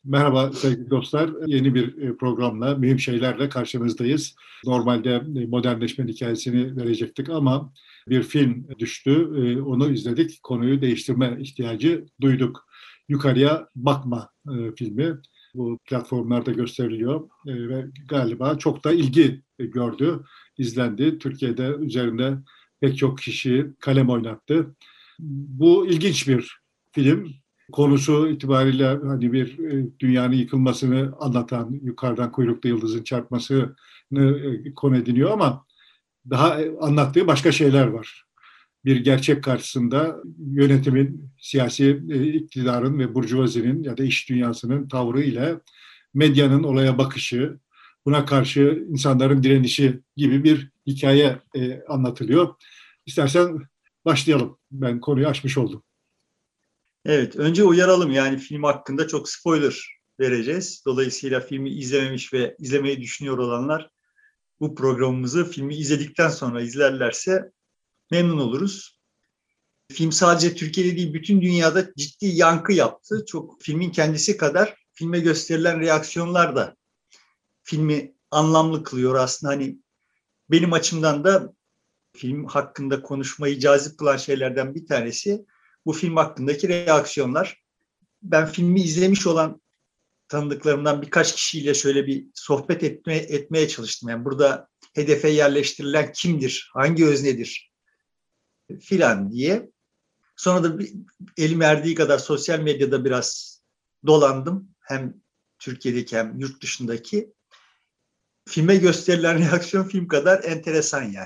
Merhaba sevgili dostlar. Yeni bir programla, mühim şeylerle karşınızdayız. Normalde modernleşmenin hikayesini verecektik ama bir film düştü. Onu izledik. Konuyu değiştirme ihtiyacı duyduk. Yukarıya Bakma filmi. Bu platformlarda gösteriliyor ve galiba çok da ilgi gördü, izlendi. Türkiye'de üzerinde pek çok kişi kalem oynattı. Bu ilginç bir film. Konusu itibariyle hani bir dünyanın yıkılmasını anlatan, yukarıdan kuyruklu yıldızın çarpmasını konu ediniyor ama daha anlattığı başka şeyler var. Bir gerçek karşısında yönetimin, siyasi iktidarın ve burjuvazinin ya da iş dünyasının tavrı ile medyanın olaya bakışı, buna karşı insanların direnişi gibi bir hikaye anlatılıyor. İstersen başlayalım. Ben konuyu açmış oldum. Evet, önce uyaralım, yani film hakkında çok spoiler vereceğiz. Dolayısıyla filmi izlememiş ve izlemeyi düşünüyor olanlar bu programımızı filmi izledikten sonra izlerlerse memnun oluruz. Film sadece Türkiye'de değil, bütün dünyada ciddi yankı yaptı. Çok filmin kendisi kadar filme gösterilen reaksiyonlar da filmi anlamlı kılıyor aslında. Hani benim açımdan da film hakkında konuşmayı cazip kılan şeylerden bir tanesi bu film hakkındaki reaksiyonlar. Ben filmi izlemiş olan tanıdıklarımdan birkaç kişiyle şöyle bir sohbet etmeye çalıştım. Yani burada hedefe yerleştirilen kimdir, hangi öznedir filan diye. Sonra da elim erdiği kadar sosyal medyada biraz dolandım. Hem Türkiye'deki hem yurt dışındaki. Filme gösterilen reaksiyon film kadar enteresan yani.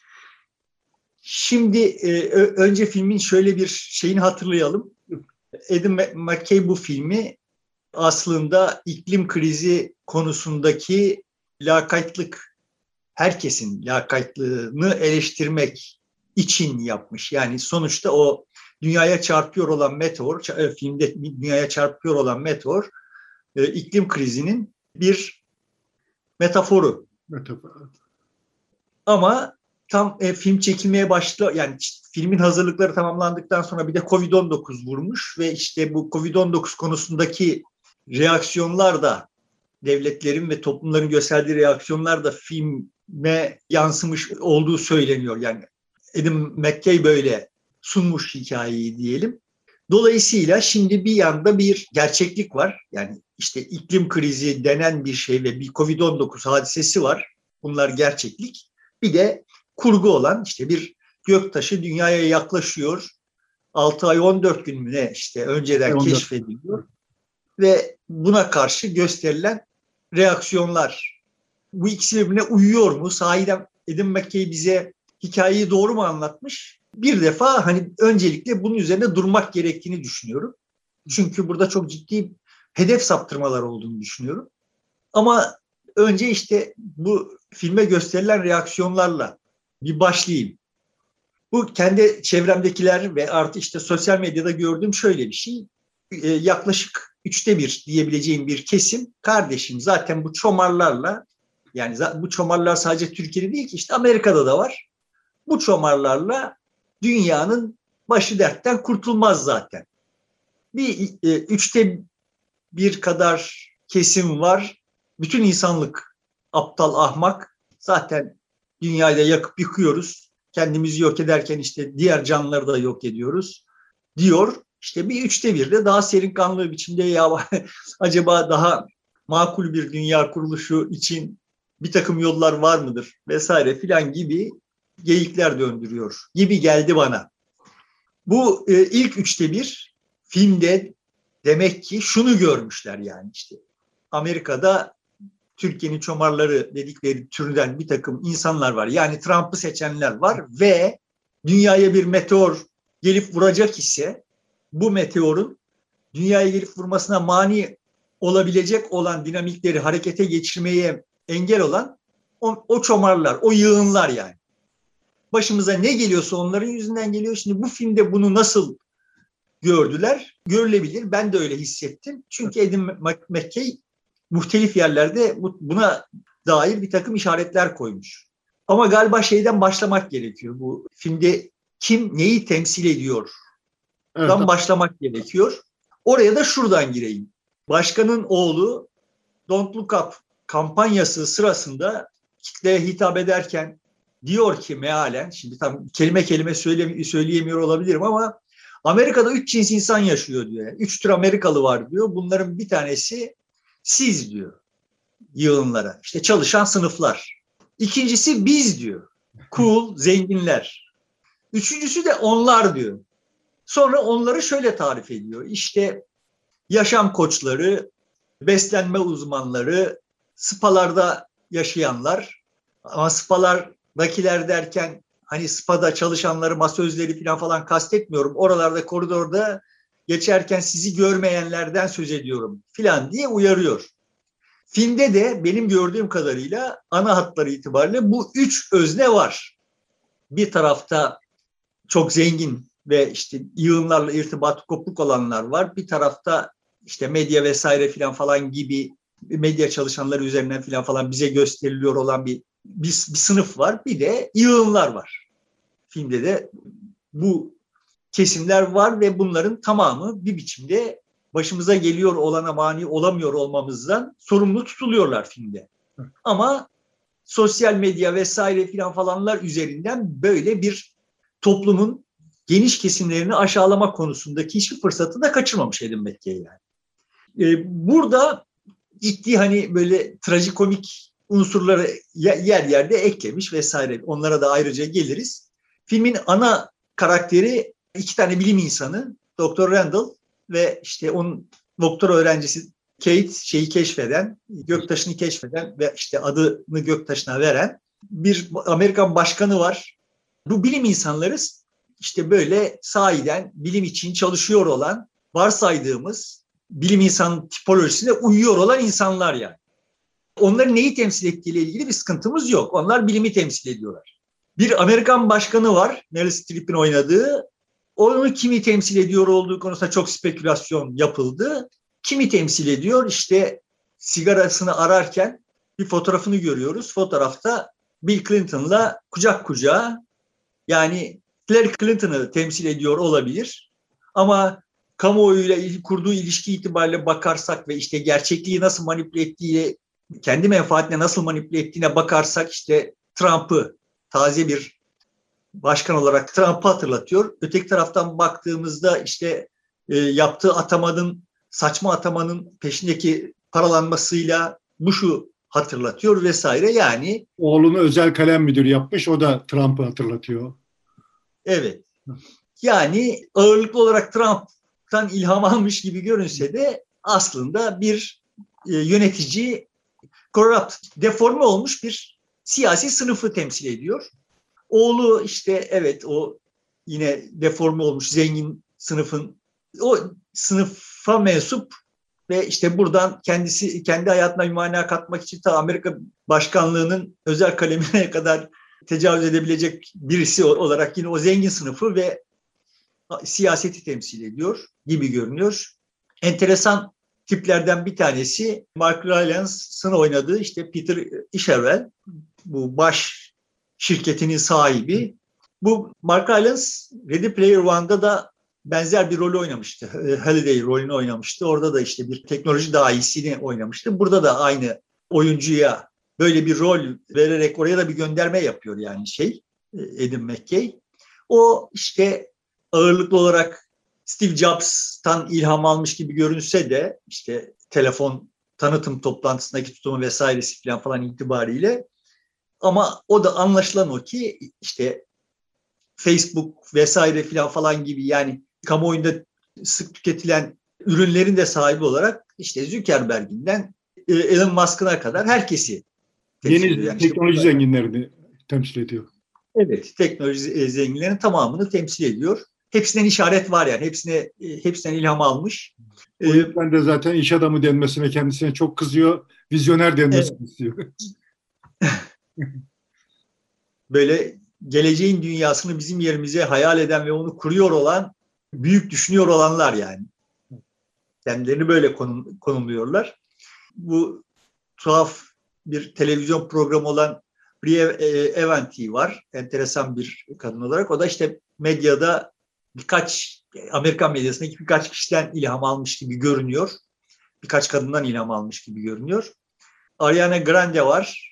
Şimdi önce filmin şöyle bir şeyini hatırlayalım. Adam McKay bu filmi aslında iklim krizi konusundaki lakaytlık, herkesin lakaytlığını eleştirmek için yapmış. Yani sonuçta o dünyaya çarpıyor olan meteor, filmde dünyaya çarpıyor olan meteor, iklim krizinin bir metaforu. Ama tam film çekilmeye yani filmin hazırlıkları tamamlandıktan sonra bir de Covid-19 vurmuş ve işte bu Covid-19 konusundaki reaksiyonlar da, devletlerin ve toplumların gösterdiği reaksiyonlar da filme yansımış olduğu söyleniyor. Yani Adam McKay böyle sunmuş hikayeyi diyelim. Dolayısıyla şimdi bir yanda bir gerçeklik var. Yani işte iklim krizi denen bir şey ve bir Covid-19 hadisesi var. Bunlar gerçeklik. Bir de kurgu olan işte bir göktaşı dünyaya yaklaşıyor. 6 ay 14 gün mü ne işte önceden 14. keşfediliyor. Ve buna karşı gösterilen reaksiyonlar. Bu ikisi birbirine uyuyor mu? Sahiden Adam McKay bize hikayeyi doğru mu anlatmış? Bir defa hani öncelikle bunun üzerine durmak gerektiğini düşünüyorum. Çünkü burada çok ciddi hedef saptırmalar olduğunu düşünüyorum. Ama önce işte bu filme gösterilen reaksiyonlarla bir başlayayım. Bu kendi çevremdekiler ve artı işte sosyal medyada gördüğüm şöyle bir şey. Yaklaşık 1/3 diyebileceğim bir kesim, kardeşim zaten bu çomarlarla, yani bu çomarlar sadece Türkiye'de değil ki, işte Amerika'da da var. Bu çomarlarla dünyanın başı dertten kurtulmaz zaten. Bir 1/3 kadar kesim var. Bütün insanlık aptal, ahmak. Zaten dünyayı da yakıp yıkıyoruz. Kendimizi yok ederken işte diğer canlıları da yok ediyoruz diyor. İşte bir 1/3 de daha serin kanlı biçimde ya acaba daha makul bir dünya kuruluşu için bir takım yollar var mıdır vesaire filan gibi geyikler döndürüyor gibi geldi bana. Bu ilk 1/3 filmde demek ki şunu görmüşler, yani işte Amerika'da Türkiye'nin çomarları dedikleri türden bir takım insanlar var. Yani Trump'ı seçenler var ve dünyaya bir meteor gelip vuracak ise bu meteorun dünyaya gelip vurmasına mani olabilecek olan dinamikleri harekete geçirmeye engel olan o çomarlar, o yığınlar yani. Başımıza ne geliyorsa onların yüzünden geliyor. Şimdi bu filmde bunu nasıl gördüler? Görülebilir. Ben de öyle hissettim. Çünkü Adam McKay muhtelif yerlerde buna dair bir takım işaretler koymuş. Ama galiba şeyden başlamak gerekiyor. Bu filmde kim neyi temsil ediyor? Evet. Başlamak gerekiyor. Oraya da şuradan gireyim. Başkanın oğlu Don't Look Up kampanyası sırasında kitleye hitap ederken diyor ki mealen, şimdi tam kelime kelime söyleyemiyor olabilirim ama Amerika'da 3 cins insan yaşıyor diyor. 3 tür Amerikalı var diyor. Bunların bir tanesi siz diyor yığınlara. İşte çalışan sınıflar. İkincisi biz diyor. Cool, zenginler. Üçüncüsü de onlar diyor. Sonra onları şöyle tarif ediyor. İşte yaşam koçları, beslenme uzmanları, spalarda yaşayanlar. Ama spalardakiler derken hani spada çalışanları, masözleri falan kastetmiyorum. Oralarda koridorda geçerken sizi görmeyenlerden söz ediyorum filan diye uyarıyor. Filmde de benim gördüğüm kadarıyla ana hatları itibariyle bu 3 özne var. Bir tarafta çok zengin ve işte yığınlarla irtibat kopuk olanlar var. Bir tarafta işte medya vesaire falan gibi medya çalışanları üzerinden falan bize gösteriliyor olan bir sınıf var. Bir de yığınlar var. Filmde de bu kesimler var ve bunların tamamı bir biçimde başımıza geliyor olana mani olamıyor olmamızdan sorumlu tutuluyorlar filmde. Ama sosyal medya vesaire falanlar üzerinden böyle bir toplumun geniş kesimlerini aşağılama konusundaki hiçbir fırsatı da kaçırmamış Eddie McKay yani. Burada ciddi hani böyle trajikomik unsurları yer yerde eklemiş vesaire. Onlara da ayrıca geliriz. Filmin ana karakteri 2 tane bilim insanı, Dr. Randall ve işte onun doktora öğrencisi Kate göktaşını keşfeden ve işte adını göktaşına veren bir Amerikan başkanı var. Bu bilim insanları işte böyle sahiden bilim için çalışıyor olan, varsaydığımız bilim insanı tipolojisine uyuyor olan insanlar yani. Onların neyi temsil ettiğiyle ilgili bir sıkıntımız yok. Onlar bilimi temsil ediyorlar. Bir Amerikan başkanı var, Meryl Streep'in oynadığı. Onu kimi temsil ediyor olduğu konusunda çok spekülasyon yapıldı. Kimi temsil ediyor? İşte sigarasını ararken bir fotoğrafını görüyoruz. Fotoğrafta Bill Clinton'la kucak kucağa, yani Hillary Clinton'ı temsil ediyor olabilir. Ama kamuoyuyla kurduğu ilişki itibariyle bakarsak ve işte gerçekliği nasıl manipüle ettiği, kendi menfaatine nasıl manipüle ettiğine bakarsak işte Trump'ı, taze bir başkan olarak Trump'ı hatırlatıyor. Öteki taraftan baktığımızda işte yaptığı saçma atamanın peşindeki paralanmasıyla Bush'u hatırlatıyor vesaire yani. Oğlunu özel kalem müdürü yapmış, o da Trump'ı hatırlatıyor. Evet. Yani ağırlıklı olarak Trump'tan ilham almış gibi görünse de aslında bir yönetici, korrupt, deforme olmuş bir siyasi sınıfı temsil ediyor. Oğlu işte evet o yine deforme olmuş zengin sınıfın, o sınıfa mensup ve işte buradan kendi hayatına bir mana katmak için ta Amerika başkanlığının özel kalemine kadar tecavüz edebilecek birisi olarak yine o zengin sınıfı ve siyaseti temsil ediyor gibi görünüyor. Enteresan tiplerden bir tanesi Mark Rylance'ın oynadığı işte Peter Isherwell, bu baş şirketinin sahibi. Bu Mark Rylance Ready Player One'da da benzer bir rolü oynamıştı. Halliday rolünü oynamıştı. Orada da işte bir teknoloji dahisini oynamıştı. Burada da aynı oyuncuya böyle bir rol vererek oraya da bir gönderme yapıyor yani Eddie McKay. O işte ağırlıklı olarak Steve Jobs'tan ilham almış gibi görünse de işte telefon tanıtım toplantısındaki tutumu vesairesi falan itibariyle, ama o da anlaşılan o ki işte Facebook vesaire falan gibi yani kamuoyunda sık tüketilen ürünlerin de sahibi olarak işte Zuckerberg'inden Elon Musk'ına kadar herkesi temsil ediyor. Yeni teknoloji zenginlerini temsil ediyor. Evet, teknoloji zenginlerinin tamamını temsil ediyor. Hepsinden işaret var yani. Hepsinden ilham almış. O yüzden de zaten iş adamı denmesine kendisine çok kızıyor. Vizyoner denmesini istiyor. Böyle geleceğin dünyasını bizim yerimize hayal eden ve onu kuruyor olan, büyük düşünüyor olanlar yani. Kendilerini böyle konumluyorlar. Bu tuhaf bir televizyon programı olan Brie Evanti var. Enteresan bir kadın olarak. O da işte medyada Amerikan medyasındaki birkaç kişiden ilham almış gibi görünüyor. birkaç kadından ilham almış gibi görünüyor. Ariana Grande var.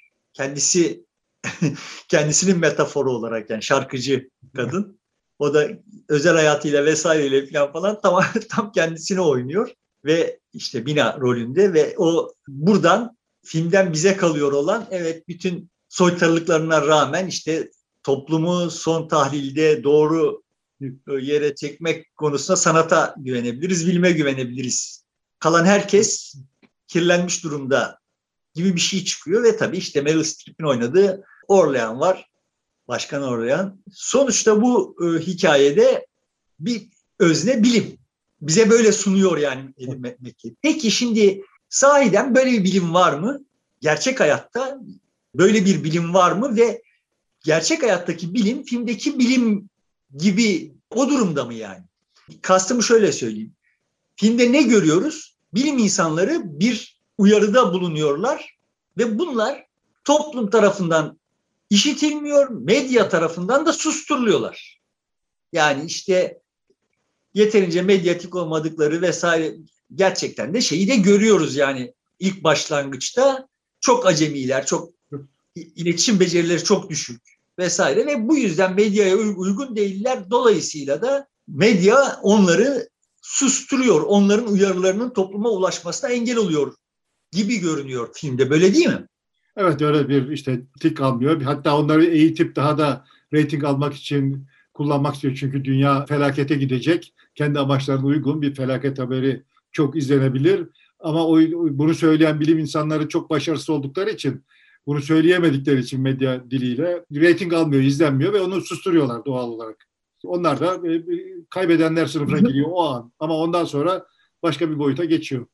Kendisinin metaforu olarak, yani şarkıcı kadın. O da özel hayatıyla vesaireyle falan tam kendisini oynuyor ve işte Mina rolünde ve o buradan filmden bize kalıyor olan, evet, bütün soytarılıklarına rağmen işte toplumu son tahlilde doğru yere çekmek konusunda sanata güvenebiliriz, bilime güvenebiliriz. Kalan herkes kirlenmiş durumda gibi bir şey çıkıyor ve tabii işte Meryl Streep'in oynadığı Orlean var. Başkan Orlean. Sonuçta bu hikayede bir özne bilim. Bize böyle sunuyor yani Eddie McKay. Peki şimdi sahiden böyle bir bilim var mı? Gerçek hayatta böyle bir bilim var mı ve gerçek hayattaki bilim filmdeki bilim gibi o durumda mı yani? Kastımı şöyle söyleyeyim. Filmde ne görüyoruz? Bilim insanları bir uyarıda bulunuyorlar ve bunlar toplum tarafından işitilmiyor, medya tarafından da susturuluyorlar. Yani işte yeterince medyatik olmadıkları vesaire, gerçekten de şeyi de görüyoruz yani ilk başlangıçta çok acemiler, çok iletişim becerileri çok düşük vesaire ve bu yüzden medyaya uygun değiller. Dolayısıyla da medya onları susturuyor, onların uyarılarının topluma ulaşmasına engel oluyor gibi görünüyor filmde. Böyle değil mi? Evet, öyle bir işte tik almıyor. Hatta onları eğitip daha da reyting almak için kullanmak istiyor. Çünkü dünya felakete gidecek. Kendi amaçlarına uygun bir felaket haberi çok izlenebilir. Ama bunu söyleyen bilim insanları çok başarısız oldukları için, bunu söyleyemedikleri için medya diliyle reyting almıyor, izlenmiyor ve onu susturuyorlar doğal olarak. Onlar da kaybedenler sınıfına giriyor o an. Ama ondan sonra başka bir boyuta geçiyor.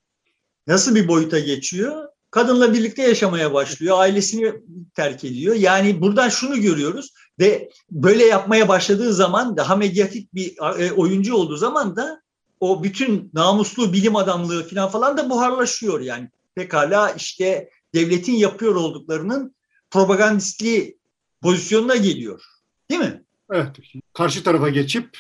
Nasıl bir boyuta geçiyor? Kadınla birlikte yaşamaya başlıyor, ailesini terk ediyor. Yani buradan şunu görüyoruz ve böyle yapmaya başladığı zaman, daha medyatik bir oyuncu olduğu zaman da o bütün namuslu bilim adamlığı falan da buharlaşıyor yani. Pekala işte devletin yapıyor olduklarının propagandistliği pozisyonuna geliyor. Değil mi? Evet, karşı tarafa geçip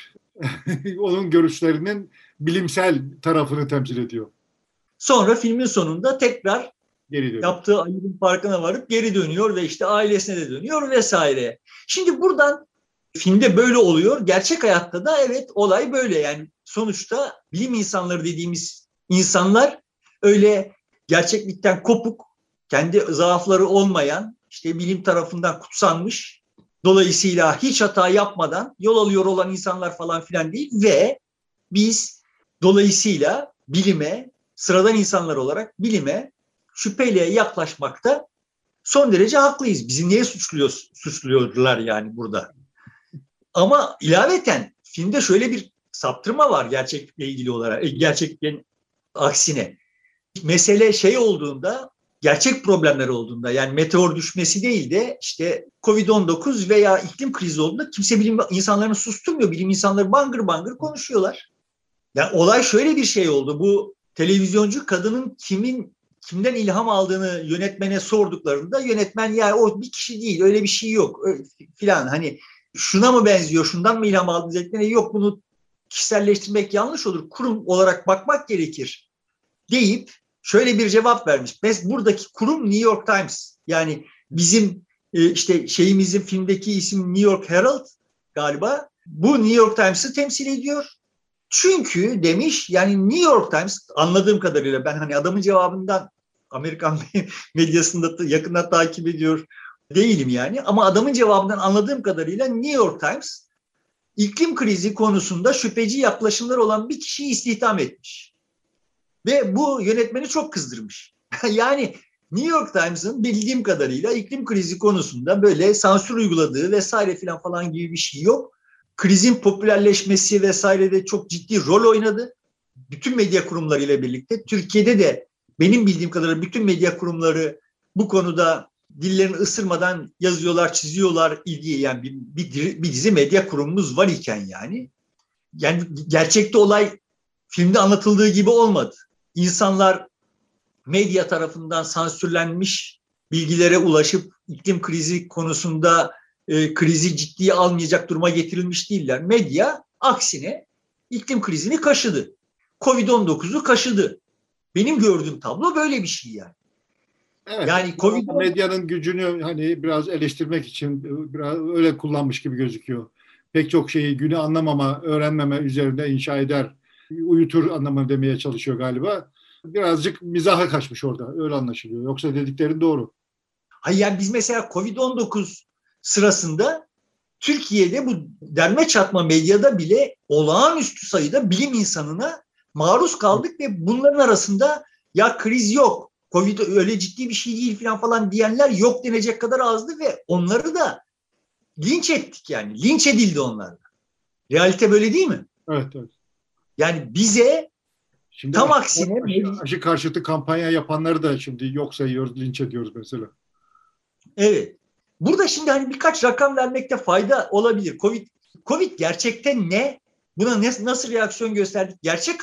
onun görüşlerinin bilimsel tarafını temsil ediyor. Sonra filmin sonunda tekrar Geri dönüyor. yaptığı ayıbın farkına varıp geri dönüyor ve işte ailesine de dönüyor vesaire. Şimdi buradan filmde böyle oluyor. Gerçek hayatta da evet olay böyle. Yani sonuçta bilim insanları dediğimiz insanlar öyle gerçeklikten kopuk, kendi zaafları olmayan, işte bilim tarafından kutsanmış, dolayısıyla hiç hata yapmadan yol alıyor olan insanlar falan filan değil ve biz dolayısıyla bilime, sıradan insanlar olarak bilime şüpheyle yaklaşmakta son derece haklıyız. Bizi niye suçluyorlar yani burada? Ama ilaveten filmde şöyle bir saptırma var gerçeklikle ilgili olarak. Gerçekliklerin aksine. Mesele şey olduğunda, gerçek problemler olduğunda, yani meteor düşmesi değil de işte Covid-19 veya iklim krizi olduğunda kimse bilim insanlarını susturmuyor. Bilim insanları bangır bangır konuşuyorlar. Yani olay şöyle bir şey oldu. Bu televizyoncu kadının kimden ilham aldığını yönetmene sorduklarında yönetmen ya o bir kişi değil, öyle bir şey yok filan, hani şuna mı benziyor, şundan mı ilham aldınız dediklerine yok, bunu kişiselleştirmek yanlış olur, kurum olarak bakmak gerekir deyip şöyle bir cevap vermiş. Buradaki kurum New York Times, yani bizim işte şeyimizin filmdeki isim New York Herald galiba, bu New York Times'ı temsil ediyor. Çünkü demiş, yani New York Times, anladığım kadarıyla, ben hani adamın cevabından Amerikan medyasında yakından takip ediyor değilim yani, ama adamın cevabından anladığım kadarıyla New York Times iklim krizi konusunda şüpheci yaklaşımlar olan bir kişiyi istihdam etmiş. Ve bu yönetmeni çok kızdırmış. Yani New York Times'ın bildiğim kadarıyla iklim krizi konusunda böyle sansür uyguladığı vesaire falan gibi bir şey yok. Krizin popülerleşmesi vesairede çok ciddi rol oynadı. Bütün medya kurumlarıyla birlikte. Türkiye'de de benim bildiğim kadarıyla bütün medya kurumları bu konuda dillerini ısırmadan yazıyorlar, çiziyorlar ilgiyi. Yani bir dizi medya kurumumuz var iken yani. Yani gerçekte olay filmde anlatıldığı gibi olmadı. İnsanlar medya tarafından sansürlenmiş bilgilere ulaşıp iklim krizi konusunda krizi ciddiye almayacak duruma getirilmiş değiller. Medya aksine iklim krizini kaşıdı. Covid-19'u kaşıdı. Benim gördüğüm tablo böyle bir şey yani. Evet, Yani Covid medyanın gücünü hani biraz eleştirmek için biraz öyle kullanmış gibi gözüküyor. Pek çok şeyi günü anlamama, öğrenmeme üzerinde inşa eder, uyutur anlamını demeye çalışıyor galiba. Birazcık mizaha kaçmış orada, öyle anlaşılıyor. Yoksa dediklerin doğru. Hayır, yani biz mesela Covid-19 sırasında Türkiye'de bu derme çatma medyada bile olağanüstü sayıda bilim insanına maruz kaldık ve bunların arasında ya kriz yok, Covid öyle ciddi bir şey değil falan diyenler yok denecek kadar azdı ve onları da linç ettik yani. Linç edildi onlar. Realite böyle değil mi? Evet, evet. Yani bize Şimdi tam aksine aşı karşıtı kampanya yapanları da şimdi yok sayıyoruz, linç ediyoruz mesela. evet. Burada şimdi hani birkaç rakam vermekte fayda olabilir. Covid gerçekten ne? Buna nasıl reaksiyon gösterdik?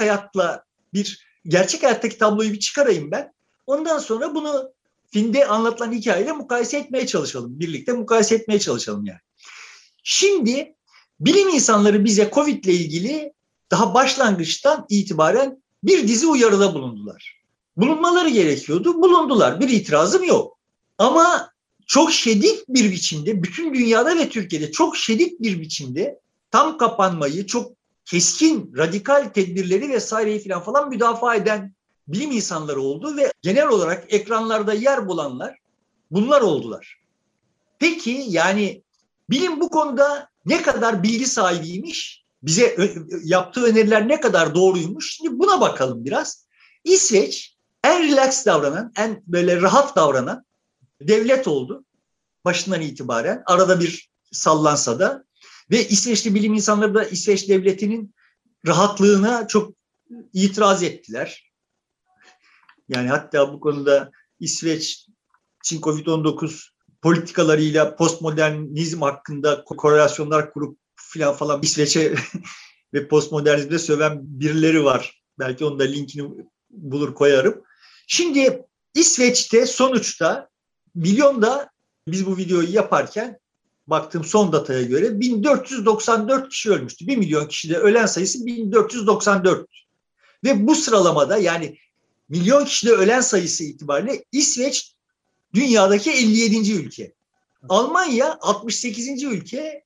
Gerçek hayattaki tabloyu bir çıkarayım ben. Ondan sonra bunu filmde anlatılan hikayeyle mukayese etmeye çalışalım. Birlikte mukayese etmeye çalışalım yani. Şimdi bilim insanları bize Covid ile ilgili daha başlangıçtan itibaren bir dizi uyarıda bulundular. Bulunmaları gerekiyordu. Bulundular. Bir itirazım yok. Ama çok şiddet bir biçimde, bütün dünyada ve Türkiye'de çok şiddet bir biçimde tam kapanmayı, çok keskin, radikal tedbirleri vesaireyi falan müdafaa eden bilim insanları oldu ve genel olarak ekranlarda yer bulanlar bunlar oldular. Peki yani bilim bu konuda ne kadar bilgi sahibiymiş, bize yaptığı öneriler ne kadar doğruymuş, şimdi buna bakalım biraz. İsveç en relax davranan, en böyle rahat davranan devlet oldu başından itibaren. Arada bir sallansa da ve İsveçli bilim insanları da İsveç devletinin rahatlığına çok itiraz ettiler. Yani hatta bu konuda İsveç için Covid-19 politikalarıyla postmodernizm hakkında korelasyonlar kurup falan İsveç'e ve postmodernizmde söven birileri var. Belki onun da linkini bulur koyarım. Şimdi İsveç'te sonuçta milyonda biz bu videoyu yaparken baktığım son dataya göre 1494 kişi ölmüştü. 1 milyon kişide ölen sayısı 1494. Ve bu sıralamada yani milyon kişide ölen sayısı itibariyle İsveç dünyadaki 57. ülke. Almanya 68. ülke,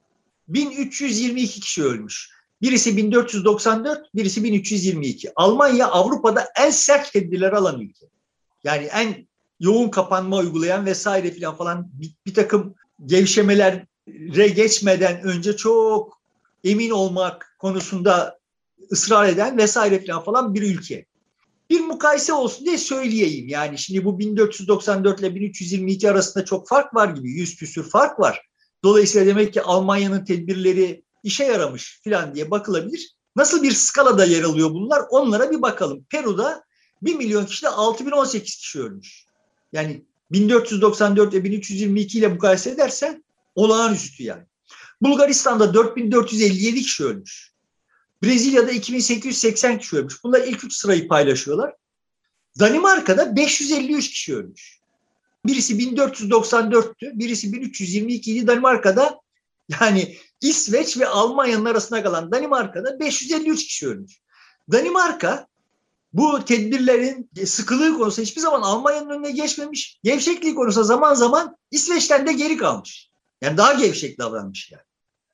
1322 kişi ölmüş. Birisi 1494, birisi 1322. Almanya Avrupa'da en sert tedbirler alan ülke. Yani en yoğun kapanma uygulayan vesaire falan bir takım gevşemelere geçmeden önce çok emin olmak konusunda ısrar eden vesaire falan bir ülke. Bir mukayese olsun diye söyleyeyim. Yani şimdi bu 1494 ile 1322 arasında çok fark var gibi. 100 küsür fark var. Dolayısıyla demek ki Almanya'nın tedbirleri işe yaramış falan diye bakılabilir. Nasıl bir skalada yer alıyor bunlar? Onlara bir bakalım. Peru'da 1 milyon kişide 6018 kişi ölmüş. Yani 1494 ve 1322 ile mukayese edersen olağanüstü yani. Bulgaristan'da 4457 kişi ölmüş. Brezilya'da 2880 kişi ölmüş. Bunlar ilk 3 sırayı paylaşıyorlar. Danimarka'da 553 kişi ölmüş. Birisi 1494'tü, birisi 1322 idi. Danimarka'da yani İsveç ve Almanya'nın arasında kalan Danimarka'da 553 kişi ölmüş. Danimarka bu tedbirlerin sıkılığı konusunda hiçbir zaman Almanya'nın önüne geçmemiş. Gevşekliği konusunda zaman zaman İsveç'ten de geri kalmış. Yani daha gevşek davranmış yani.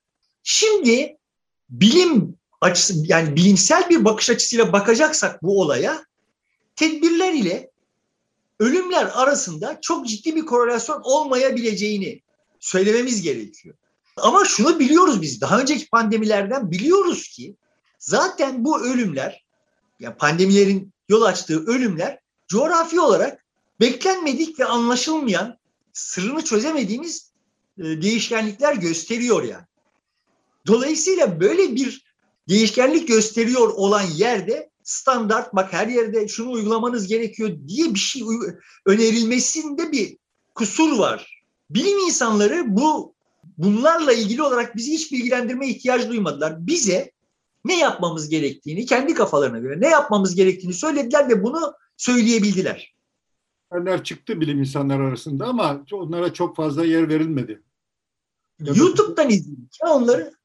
Şimdi bilim açısı yani bilimsel bir bakış açısıyla bakacaksak bu olaya tedbirler ile ölümler arasında çok ciddi bir korelasyon olmayabileceğini söylememiz gerekiyor. Ama şunu biliyoruz biz daha önceki pandemilerden biliyoruz ki zaten bu ölümler yani pandemilerin yol açtığı ölümler coğrafi olarak beklenmedik ve anlaşılmayan sırrını çözemediğimiz değişkenlikler gösteriyor yani. Dolayısıyla böyle bir değişkenlik gösteriyor olan yerde standart bak her yerde şunu uygulamanız gerekiyor diye bir şey önerilmesinde bir kusur var. Bilim insanları bunlarla ilgili olarak bizi hiç bilgilendirmeye ihtiyaç duymadılar. Bize ne yapmamız gerektiğini kendi kafalarına göre ne yapmamız gerektiğini söylediler ve bunu söyleyebildiler. Haberler çıktı bilim insanları arasında ama onlara çok fazla yer verilmedi. YouTube'dan izledik ya onları.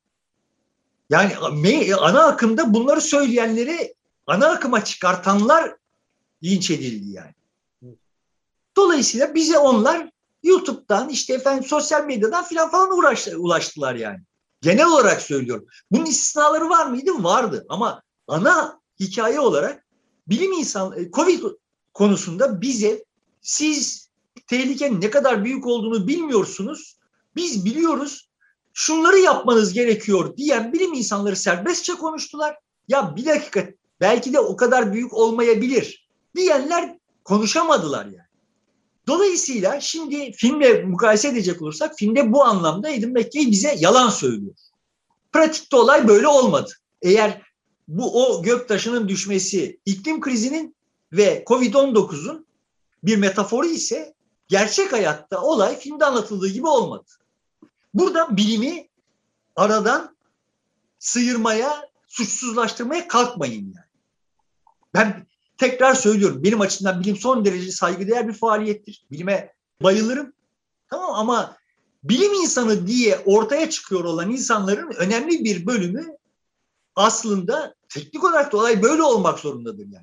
Yani ana akımda bunları söyleyenleri ana akıma çıkartanlar linç edildi yani. Dolayısıyla bize onlar YouTube'dan işte efendim sosyal medyadan falan ulaştılar yani. Genel olarak söylüyorum. Bunun istisnaları var mıydı? Vardı. Ama ana hikaye olarak bilim insan Covid konusunda bize siz tehlikenin ne kadar büyük olduğunu bilmiyorsunuz. Biz biliyoruz. Şunları yapmanız gerekiyor diyen bilim insanları serbestçe konuştular. Ya bir dakika belki de o kadar büyük olmayabilir diyenler konuşamadılar yani. Dolayısıyla şimdi filmle mukayese edecek olursak filmde bu anlamda Eddie McKay bize yalan söylüyor. Pratikte olay böyle olmadı. Eğer o göktaşının düşmesi iklim krizinin ve Covid-19'un bir metaforu ise gerçek hayatta olay filmde anlatıldığı gibi olmadı. Burada bilimi aradan sıyırmaya, suçsuzlaştırmaya kalkmayın yani. Ben tekrar söylüyorum. Benim açımdan bilim son derece saygıdeğer bir faaliyettir. Bilime bayılırım. Tamam ama bilim insanı diye ortaya çıkıyor olan insanların önemli bir bölümü aslında teknik olarak da olay böyle olmak zorundadır yani.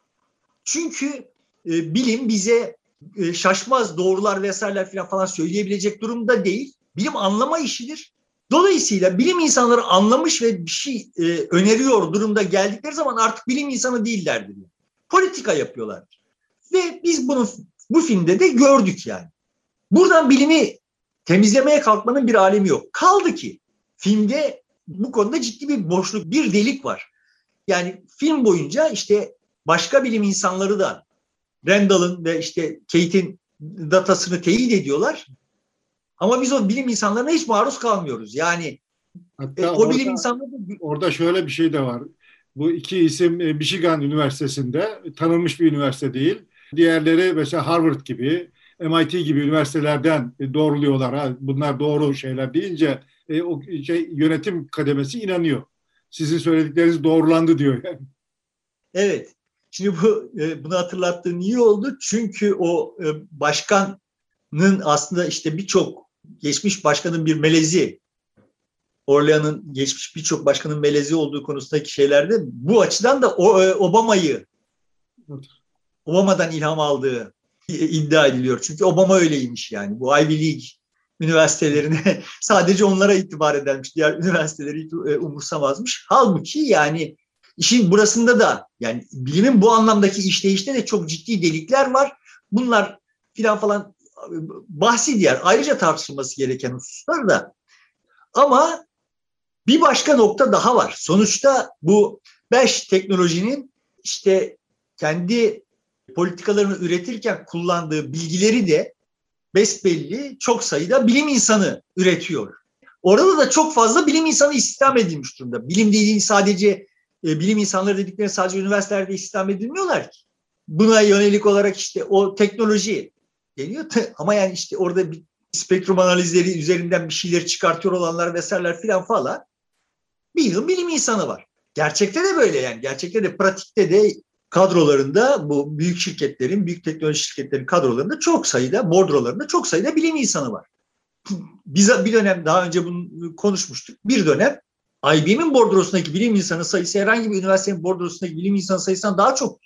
Çünkü bilim bize şaşmaz doğrular vesaireler falan söyleyebilecek durumda değil. Bilim anlama işidir. Dolayısıyla bilim insanları anlamış ve bir şey öneriyor durumda geldikleri zaman artık bilim insanı değillerdir. Yani. Politika yapıyorlar. Ve biz bunu bu filmde de gördük yani. Buradan bilimi temizlemeye kalkmanın bir alemi yok. Kaldı ki filmde bu konuda ciddi bir boşluk, bir delik var. Yani film boyunca işte başka bilim insanları da Randall'ın ve işte Kate'in datasını teyit ediyorlar. Ama biz o bilim insanlarına hiç maruz kalmıyoruz. Yani o bilim insanları... Orada şöyle bir şey de var. Bu iki isim Michigan Üniversitesi'nde tanınmış bir üniversite değil. Diğerleri mesela Harvard gibi, MIT gibi üniversitelerden doğruluyorlar. Ha, bunlar doğru şeyler deyince o yönetim kademesi inanıyor. Sizin söyledikleriniz doğrulandı diyor yani. Evet. Şimdi bunu hatırlattığın iyi oldu. Çünkü o başkanın aslında işte birçok geçmiş başkanın bir melezi, Orlean'ın geçmiş birçok başkanın melezi olduğu konusundaki şeylerde bu açıdan da Obama'dan ilham aldığı iddia ediliyor. Çünkü Obama öyleymiş yani. Bu Ivy League üniversitelerine sadece onlara itibar edermiş. Diğer üniversiteleri umursamazmış. Halbuki yani işin burasında da yani bilimin bu anlamdaki işleyişte de çok ciddi delikler var. Bunlar falan bahsi diğer ayrıca tartışılması gereken hususlar da. Ama bir başka nokta daha var. Sonuçta bu 5 teknolojinin işte kendi politikalarını üretirken kullandığı bilgileri de besbelli çok sayıda bilim insanı üretiyor. Orada da çok fazla bilim insanı istihdam edilmiş durumda. Bilim dediğin sadece bilim insanları dedikleri sadece üniversitelerde istihdam edilmiyorlar ki. Buna yönelik olarak işte o teknoloji deniyor. Ama yani işte orada bir spektrum analizleri üzerinden bir şeyler çıkartıyor olanlar vesaireler falan. Bir yıl bilim insanı var. Gerçekte de böyle yani. Gerçekte de pratikte de kadrolarında bu büyük şirketlerin, büyük teknoloji şirketlerin kadrolarında çok sayıda, bordrolarında çok sayıda bilim insanı var. Biz bir dönem daha önce bunu konuşmuştuk. Bir dönem IBM'in bordrosundaki bilim insanı sayısı herhangi bir üniversitenin bordrosundaki bilim insanı sayısından daha çok.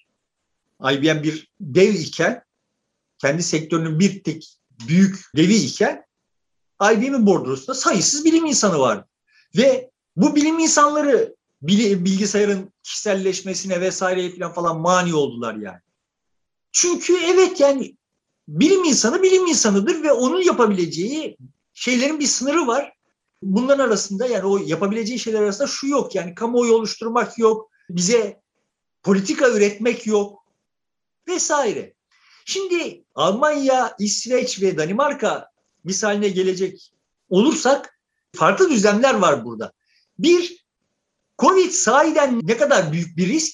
IBM bir dev iken, kendi sektörünün bir tek büyük devi iken IBM'in bordrosunda sayısız bilim insanı vardı. Ve bu bilim insanları bilgisayarın kişiselleşmesine vesaireye falan mani oldular yani. Çünkü evet yani bilim insanı bilim insanıdır ve onun yapabileceği şeylerin bir sınırı var. Bunların arasında yani o yapabileceği şeyler arasında şu yok yani kamuoyu oluşturmak yok, bize politika üretmek yok vesaire. Şimdi Almanya, İsveç ve Danimarka misaline gelecek olursak farklı düzlemler var burada. Bir, Covid sahiden ne kadar büyük bir risk?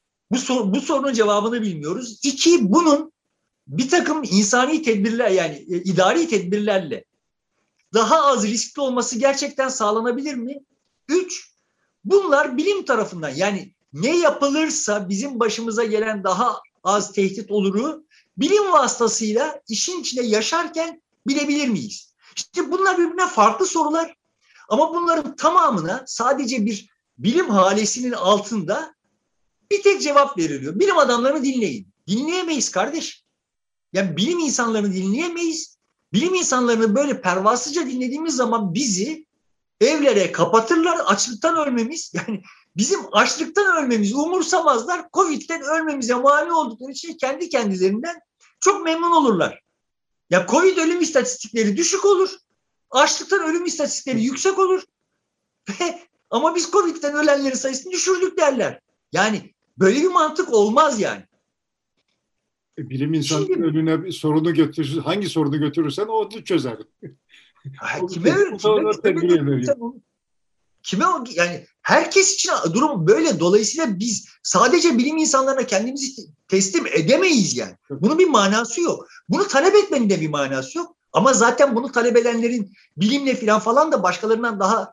Bu sorunun cevabını bilmiyoruz. İki, bunun bir takım insani tedbirler yani idari tedbirlerle daha az riskli olması gerçekten sağlanabilir mi? Üç, bunlar bilim tarafından yani ne yapılırsa bizim başımıza gelen daha az tehdit oluru bilim vasıtasıyla işin içinde yaşarken bilebilir miyiz? İşte bunlar birbirine farklı sorular ama bunların tamamına sadece bir bilim halesinin altında bir tek cevap veriliyor. Bilim adamlarını dinleyin. Dinleyemeyiz kardeş. Yani bilim insanlarını dinleyemeyiz. Bilim insanlarını böyle pervasızca dinlediğimiz zaman bizi evlere kapatırlar. Açlıktan ölmemiz, yani bizim açlıktan ölmemizi umursamazlar. Covid'den ölmemize mani oldukları için kendi kendilerinden çok memnun olurlar. Ya Covid ölüm istatistikleri düşük olur. Açlıktan ölüm istatistikleri yüksek olur. Ama biz Covid'den ölenlerin sayısını düşürdük derler. Yani böyle bir mantık olmaz yani. Bilim insanının önüne bir sorunu götürürsen, hangi sorunu götürürsen onu çözer. Yani herkes için durum böyle. Dolayısıyla biz sadece bilim insanlarına kendimizi teslim edemeyiz yani. Bunun bir manası yok. Bunu talep etmenin de bir manası yok. Ama zaten bunu talep edenlerin bilimle falan da başkalarından daha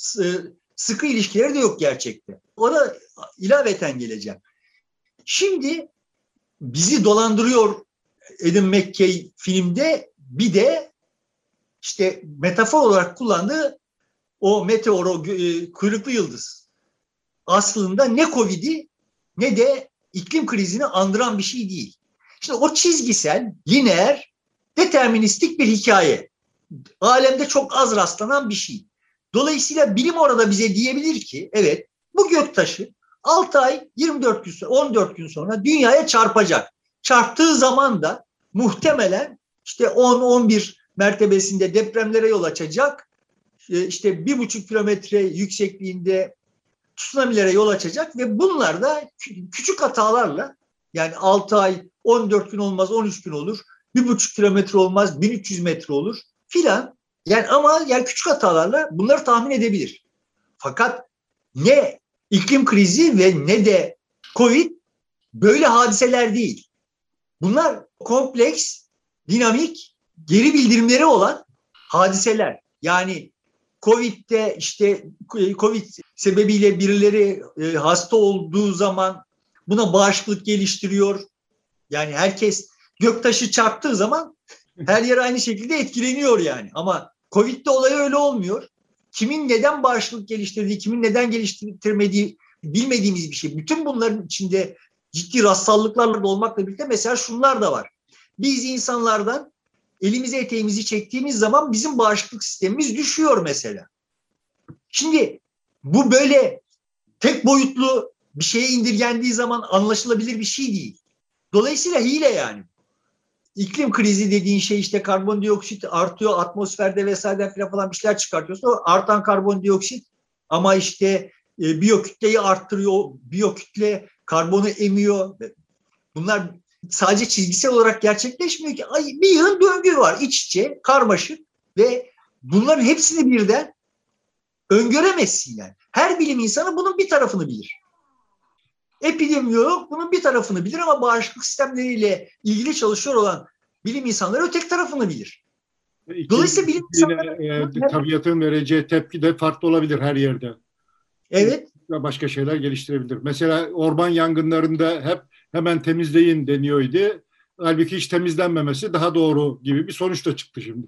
sıkı ilişkileri de yok gerçekte. Ona ilaveten geleceğim. Şimdi bizi dolandırıyor Adam McKay filmde, bir de işte metafor olarak kullandığı o meteor, o kuyruklu yıldız aslında ne Covid'i ne de iklim krizini andıran bir şey değil. Şimdi o çizgisel, lineer, deterministik bir hikaye. Alemde çok az rastlanan bir şey. Dolayısıyla bilim orada bize diyebilir ki evet, bu göktaşı 6 ay 24 gün 14 gün sonra dünyaya çarpacak. Çarptığı zaman da muhtemelen işte 10-11 mertebesinde depremlere yol açacak. İşte 1,5 kilometre yüksekliğinde tsunami'lere yol açacak ve bunlar da küçük hatalarla, yani 6 ay 14 gün olmaz 13 gün olur. 1,5 kilometre olmaz 1300 metre olur filan. Yani ama yani küçük hatalarla bunları tahmin edebilir. Fakat ne iklim krizi ve ne de Covid böyle hadiseler değil. Bunlar kompleks, dinamik, geri bildirimleri olan hadiseler. Yani Covid'de işte Covid sebebiyle birileri hasta olduğu zaman buna bağışıklık geliştiriyor. Yani herkes göktaşı çarptığı zaman her yer aynı şekilde etkileniyor yani. Ama Covid'de olay öyle olmuyor. Kimin neden bağışıklık geliştirdiği, kimin neden geliştirmediği bilmediğimiz bir şey. Bütün bunların içinde ciddi rastsallıklarla da olmakla birlikte mesela şunlar da var. Biz insanlardan elimize eteğimizi çektiğimiz zaman bizim bağışıklık sistemimiz düşüyor mesela. Şimdi bu böyle tek boyutlu bir şeye indirgendiği zaman anlaşılabilir bir şey değil. Dolayısıyla hile yani. İklim krizi dediğin şey işte karbondioksit artıyor atmosferde vesaire falan bir şeyler çıkartıyorsun. O artan karbondioksit ama işte biyokütleyi arttırıyor. Biyokütle karbonu emiyor. Bunlar sadece çizgisel olarak gerçekleşmiyor ki. Bir yığın döngü var iç içe, karmaşık ve bunların hepsini birden öngöremezsin yani. Her bilim insanı bunun bir tarafını bilir. Epidemiyolog bunun bir tarafını bilir ama bağışıklık sistemleriyle ilgili çalışıyor olan bilim insanları öteki tarafını bilir. Dolayısıyla bilim insanları tabiatın vereceği tepki de farklı olabilir her yerde. Evet. Başka şeyler geliştirebilir. Mesela orman yangınlarında hemen temizleyin deniyordu. Halbuki hiç temizlenmemesi daha doğru gibi bir sonuç da çıktı şimdi.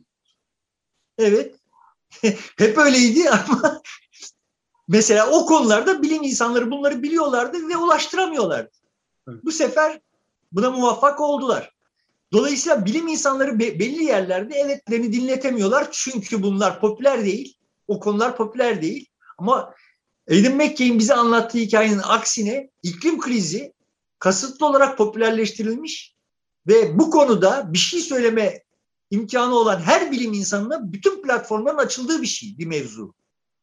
Evet. Hep öyleydi ama mesela o konularda bilim insanları bunları biliyorlardı ve ulaştıramıyorlardı. Evet. Bu sefer buna muvaffak oldular. Dolayısıyla bilim insanları belli yerlerde evetlerini dinletemiyorlar çünkü bunlar popüler değil. O konular popüler değil. Ama Adam McKay'in bize anlattığı hikayenin aksine iklim krizi kasıtlı olarak popülerleştirilmiş ve bu konuda bir şey söyleme imkanı olan her bilim insanına bütün platformların açıldığı bir mevzu.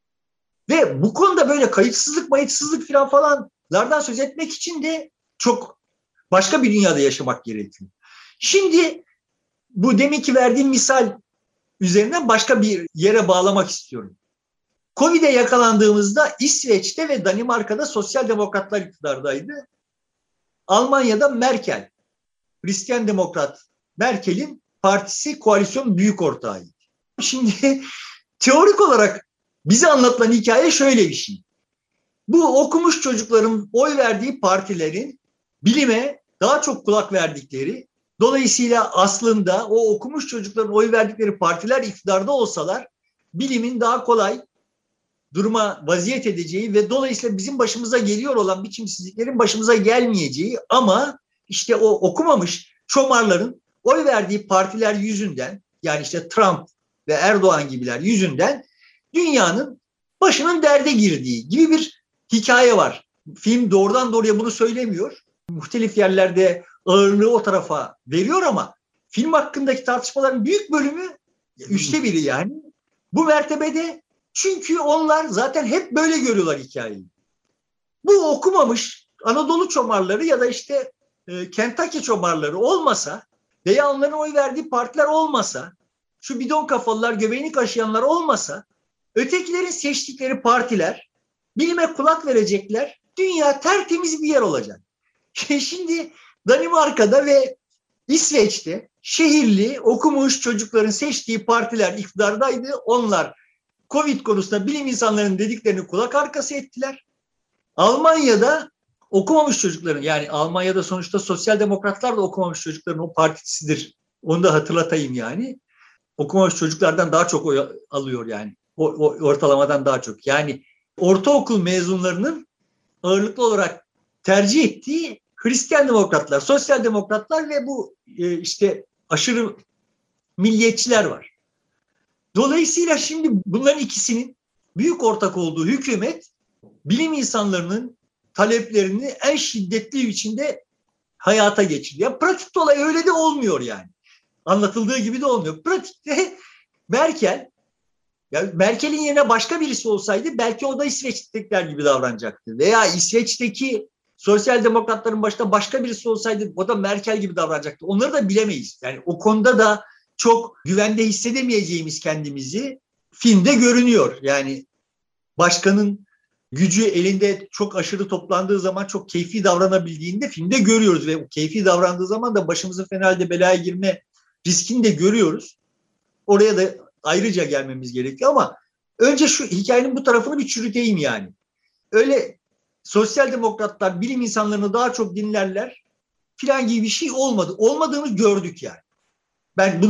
Ve bu konuda böyle kayıtsızlık falanlardan söz etmek için de çok başka bir dünyada yaşamak gerekiyor. Şimdi bu deminki verdiğim misal üzerinden başka bir yere bağlamak istiyorum. Covid'e yakalandığımızda İsveç'te ve Danimarka'da sosyal demokratlar iktidardaydı. Almanya'da Merkel, Hristiyan Demokrat Merkel'in partisi koalisyon büyük ortağıydı. Şimdi teorik olarak bize anlatılan hikaye şöyle bir şey. Bu okumuş çocukların oy verdiği partilerin bilime daha çok kulak verdikleri, dolayısıyla aslında o okumuş çocukların oy verdikleri partiler iktidarda olsalar bilimin daha kolay duruma vaziyet edeceği ve dolayısıyla bizim başımıza geliyor olan biçimsizliklerin başımıza gelmeyeceği ama işte o okumamış çomarların oy verdiği partiler yüzünden, yani işte Trump ve Erdoğan gibiler yüzünden dünyanın başının derde girdiği gibi bir hikaye var. Film doğrudan doğruya bunu söylemiyor. Muhtelif yerlerde ağırlığı o tarafa veriyor ama film hakkındaki tartışmaların büyük bölümü, 1/3 yani, bu mertebede. Çünkü onlar zaten hep böyle görüyorlar hikayeyi. Bu okumamış Anadolu çomarları ya da işte Kentucky çomarları olmasa veya onların oy verdiği partiler olmasa, şu bidon kafalılar, göbeğini kaşıyanlar olmasa, ötekilerin seçtikleri partiler bilime kulak verecekler. Dünya tertemiz bir yer olacak. Şimdi Danimarka'da ve İsveç'te şehirli okumuş çocukların seçtiği partiler iktidardaydı. Onlar Covid konusunda bilim insanlarının dediklerini kulak arkası ettiler. Almanya'da okumamış çocukların, yani Almanya'da sonuçta sosyal demokratlar da okumamış çocukların o partisidir. Onu da hatırlatayım yani. Okumamış çocuklardan daha çok oy alıyor yani. O ortalamadan daha çok. Yani ortaokul mezunlarının ağırlıklı olarak tercih ettiği Hristiyan demokratlar, sosyal demokratlar ve bu işte aşırı milliyetçiler var. Dolayısıyla şimdi bunların ikisinin büyük ortak olduğu hükümet bilim insanlarının taleplerini en şiddetli biçimde hayata geçiriyor. Yani pratikte olay öyle de olmuyor yani. Anlatıldığı gibi de olmuyor. Pratikte Merkel'in yerine başka birisi olsaydı belki o da İsveç'tekiler gibi davranacaktı. Veya İsveç'teki sosyal demokratların başında başka birisi olsaydı o da Merkel gibi davranacaktı. Onları da bilemeyiz. Yani o konuda da çok güvende hissedemeyeceğimiz kendimizi filmde görünüyor. Yani başkanın gücü elinde çok aşırı toplandığı zaman çok keyfi davranabildiğini de filmde görüyoruz ve o keyfi davrandığı zaman da başımızın fena halde belaya girme riskini de görüyoruz. Oraya da ayrıca gelmemiz gerekiyor ama önce şu hikayenin bu tarafını bir çürüteyim yani. Öyle sosyal demokratlar bilim insanlarını daha çok dinlerler filan gibi bir şey olmadı. Olmadığını gördük yani. Ben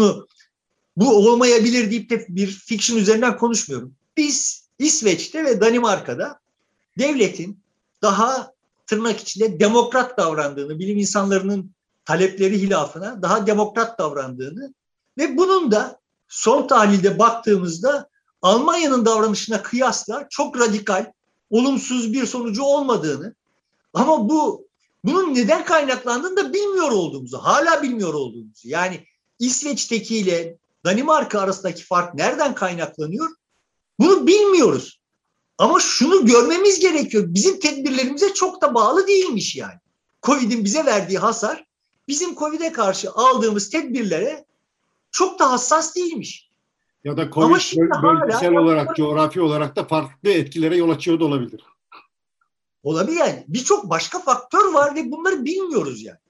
bu olmayabilir deyip de bir fiction üzerinden konuşmuyorum. Biz İsveç'te ve Danimarka'da devletin daha tırnak içinde demokrat davrandığını, bilim insanlarının talepleri hilafına daha demokrat davrandığını ve bunun da son tahlilde baktığımızda Almanya'nın davranışına kıyasla çok radikal, olumsuz bir sonucu olmadığını ama bunun neden kaynaklandığını da bilmiyor olduğumuzu, hala bilmiyor olduğumuzu. Yani İsveç'tekiyle Danimarka arasındaki fark nereden kaynaklanıyor? Bunu bilmiyoruz. Ama şunu görmemiz gerekiyor. Bizim tedbirlerimize çok da bağlı değilmiş yani. Covid'in bize verdiği hasar bizim Covid'e karşı aldığımız tedbirlere çok da hassas değilmiş. Ya da Covid bölgesel olarak, coğrafi olarak da farklı etkilere yol açıyor da olabilir. Olabilir yani. Birçok başka faktör var ve bunları bilmiyoruz yani.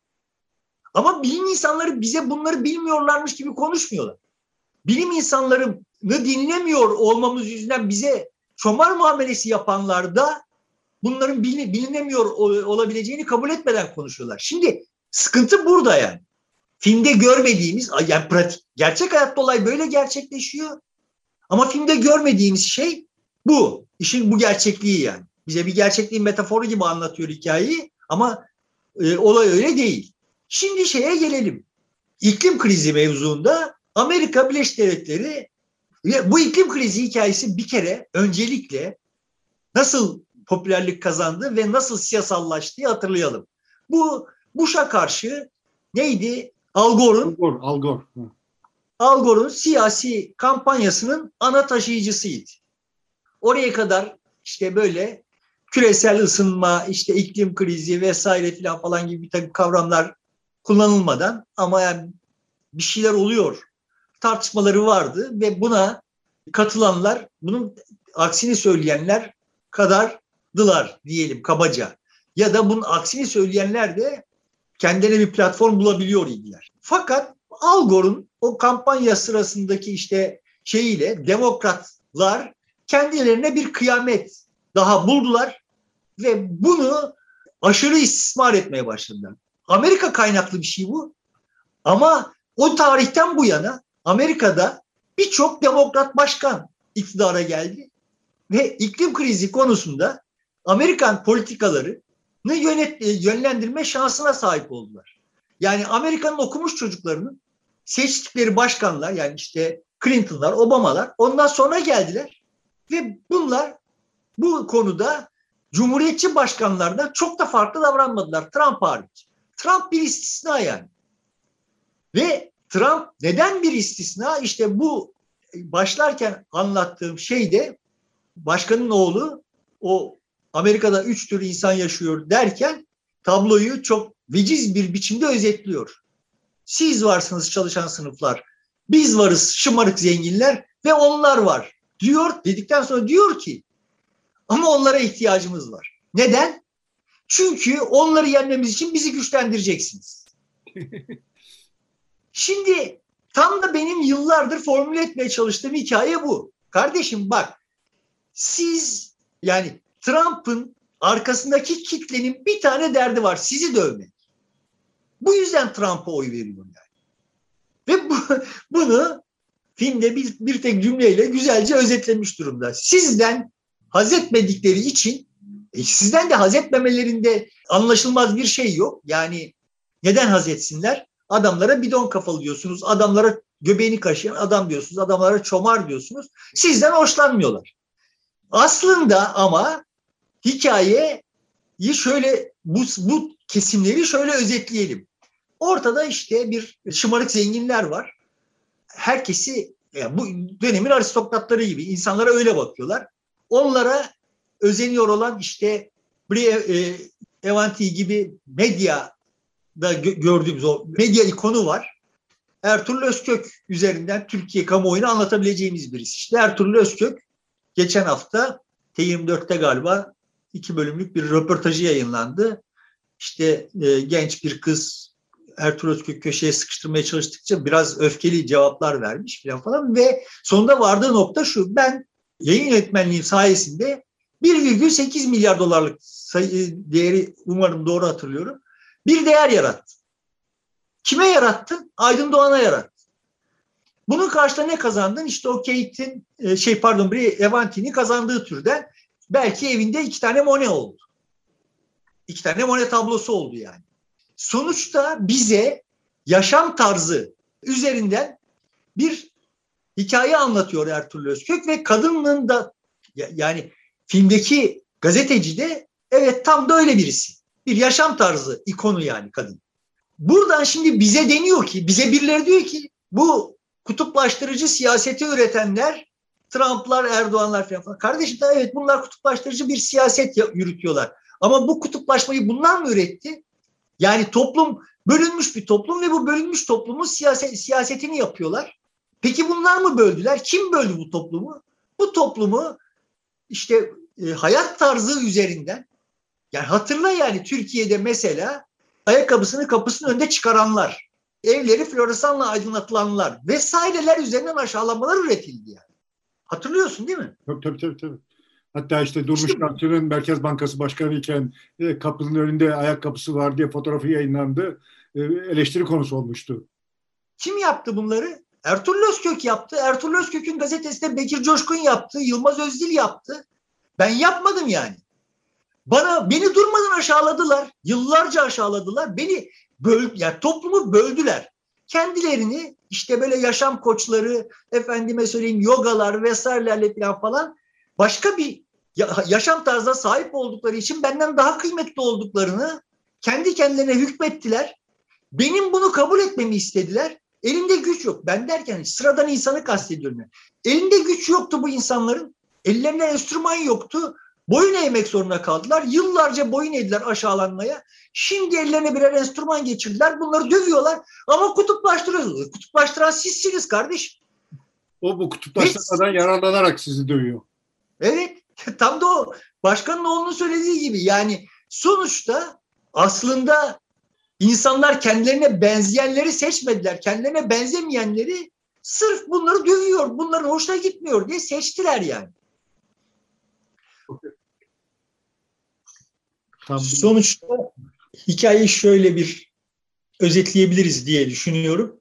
Ama bilim insanları bize bunları bilmiyorlarmış gibi konuşmuyorlar. Bilim insanlarını dinlemiyor olmamız yüzünden bize çomar muamelesi yapanlar da bunların bilinemiyor olabileceğini kabul etmeden konuşuyorlar. Şimdi sıkıntı burada yani. Filmde görmediğimiz, yani pratik, gerçek hayatta olay böyle gerçekleşiyor. Ama filmde görmediğimiz şey bu. İşin bu gerçekliği yani. Bize bir gerçekliğin metaforu gibi anlatıyor hikayeyi ama olay öyle değil. Şimdi şeye gelelim. İklim krizi mevzuunda Amerika Birleşik Devletleri ve bu iklim krizi hikayesi bir kere öncelikle nasıl popülerlik kazandı ve nasıl siyasallaştığı hatırlayalım. Bu Bush'a karşı neydi? Al Gore'un siyasi kampanyasının ana taşıyıcısıydı. Oraya kadar işte böyle küresel ısınma, işte iklim krizi vesaire falan gibi bir takım kavramlar kullanılmadan ama yani bir şeyler oluyor tartışmaları vardı ve buna katılanlar, bunun aksini söyleyenler kadardılar diyelim kabaca. Ya da bunun aksini söyleyenler de kendilerine bir platform bulabiliyor idiler. Fakat Al Gore'un o kampanya sırasındaki işte şeyiyle demokratlar kendilerine bir kıyamet daha buldular ve bunu aşırı istismar etmeye başladılar. Amerika kaynaklı bir şey bu. Ama o tarihten bu yana Amerika'da birçok demokrat başkan iktidara geldi ve iklim krizi konusunda Amerikan politikalarını yönlendirme şansına sahip oldular. Yani Amerika'nın okumuş çocuklarının seçtikleri başkanlar, yani işte Clinton'lar, Obama'lar ondan sonra geldiler ve bunlar bu konuda Cumhuriyetçi başkanlardan çok da farklı davranmadılar, Trump hariç. Trump bir istisna yani. Ve Trump neden bir istisna? İşte bu başlarken anlattığım şeyde başkanın oğlu o Amerika'da 3 tür insan yaşıyor derken tabloyu çok veciz bir biçimde özetliyor. Siz varsınız çalışan sınıflar, biz varız şımarık zenginler ve onlar var diyor. Dedikten sonra diyor ki ama onlara ihtiyacımız var. Neden? Çünkü onları yenmemiz için bizi güçlendireceksiniz. Şimdi tam da benim yıllardır formüle etmeye çalıştığım hikaye bu. Kardeşim bak, siz yani Trump'ın arkasındaki kitlenin bir tane derdi var, sizi dövmek. Bu yüzden Trump'a oy veriyor yani. Ve bunu filmde bir tek cümleyle güzelce özetlemiş durumda. Sizden haz etmedikleri için sizden de haz etmemelerinde anlaşılmaz bir şey yok. Yani neden haz etsinler? Adamlara bidon kafalı diyorsunuz, adamlara göbeğini kaşıyan adam diyorsunuz, adamlara çomar diyorsunuz. Sizden hoşlanmıyorlar. Aslında ama hikayeyi şöyle, bu kesimleri şöyle özetleyelim. Ortada işte bir şımarık zenginler var. Herkesi, yani bu dönemin aristokratları gibi insanlara öyle bakıyorlar. Onlara özeniyor olan işte Evanti gibi medyada gördüğümüz o medya ikonu var. Ertuğrul Özkök üzerinden Türkiye kamuoyunu anlatabileceğimiz birisi. İşte Ertuğrul Özkök geçen hafta T24'te galiba 2 bölümlük bir röportajı yayınlandı. İşte genç bir kız Ertuğrul Özkök köşeye sıkıştırmaya çalıştıkça biraz öfkeli cevaplar vermiş falan ve sonunda vardığı nokta şu: ben yayın yönetmenliğim sayesinde 1,8 milyar dolarlık değeri, umarım doğru hatırlıyorum, bir değer yarattı. Kime yarattın? Aydın Doğan'a yarattı. Bunun karşılığında ne kazandın? İşte o Kate'in Evanti'nin kazandığı türden belki evinde 2 tane Monet oldu. 2 tane Monet tablosu oldu yani. Sonuçta bize yaşam tarzı üzerinden bir hikaye anlatıyor Ertuğrul Özkök ve kadının da, yani filmdeki gazeteci de evet tam da öyle birisi. Bir yaşam tarzı ikonu yani kadın. Buradan şimdi bize deniyor ki, bize birileri diyor ki bu kutuplaştırıcı siyaseti üretenler Trump'lar, Erdoğan'lar falan. Kardeşim evet, bunlar kutuplaştırıcı bir siyaset yürütüyorlar. Ama bu kutuplaşmayı bunlar mı üretti? Yani toplum bölünmüş bir toplum ve bu bölünmüş toplumun siyasetini yapıyorlar. Peki bunlar mı böldüler? Kim böldü bu toplumu? Bu toplumu işte hayat tarzı üzerinden, yani hatırla yani Türkiye'de mesela ayakkabısını kapısının önünde çıkaranlar, evleri floresanla aydınlatılanlar vesaireler üzerinden aşağılamalar üretildi yani. Hatırlıyorsun değil mi? Tabii. Hatta işte Durmuş Yalçın'ın Merkez Bankası Başkanı iken kapının önünde ayakkabısı var diye fotoğrafı yayınlandı. Eleştiri konusu olmuştu. Kim yaptı bunları? Ertuğrul Özkök yaptı. Ertuğrul Özkök'ün gazetesinde Bekir Coşkun yaptı. Yılmaz Özdil yaptı. Ben yapmadım yani. Beni durmadan aşağıladılar. Yıllarca aşağıladılar. Yani toplumu böldüler. Kendilerini işte böyle yaşam koçları, efendime söyleyeyim yogalar vesairelerle falan başka bir yaşam tarzına sahip oldukları için benden daha kıymetli olduklarını kendi kendilerine hükmettiler. Benim bunu kabul etmemi istediler. Elinde güç yok. Ben derken sıradan insanı kastediyorum. Elinde güç yoktu bu insanların. Ellerinde enstrüman yoktu. Boyun eğmek zorunda kaldılar. Yıllarca boyun eğdiler aşağılanmaya. Şimdi ellerine birer enstrüman geçirdiler. Bunları dövüyorlar ama kutuplaştırıyorsunuz. Kutuplaştıran sizsiniz kardeş. O bu kutuplaştırmadan yararlanarak sizi dövüyor. Evet. Tam da o başkanın oğlunun söylediği gibi. Yani sonuçta aslında insanlar kendilerine benzeyenleri seçmediler. Kendilerine benzemeyenleri sırf bunları dövüyor, bunların hoşuna gitmiyor diye seçtiler yani. Sonuçta hikayeyi şöyle bir özetleyebiliriz diye düşünüyorum.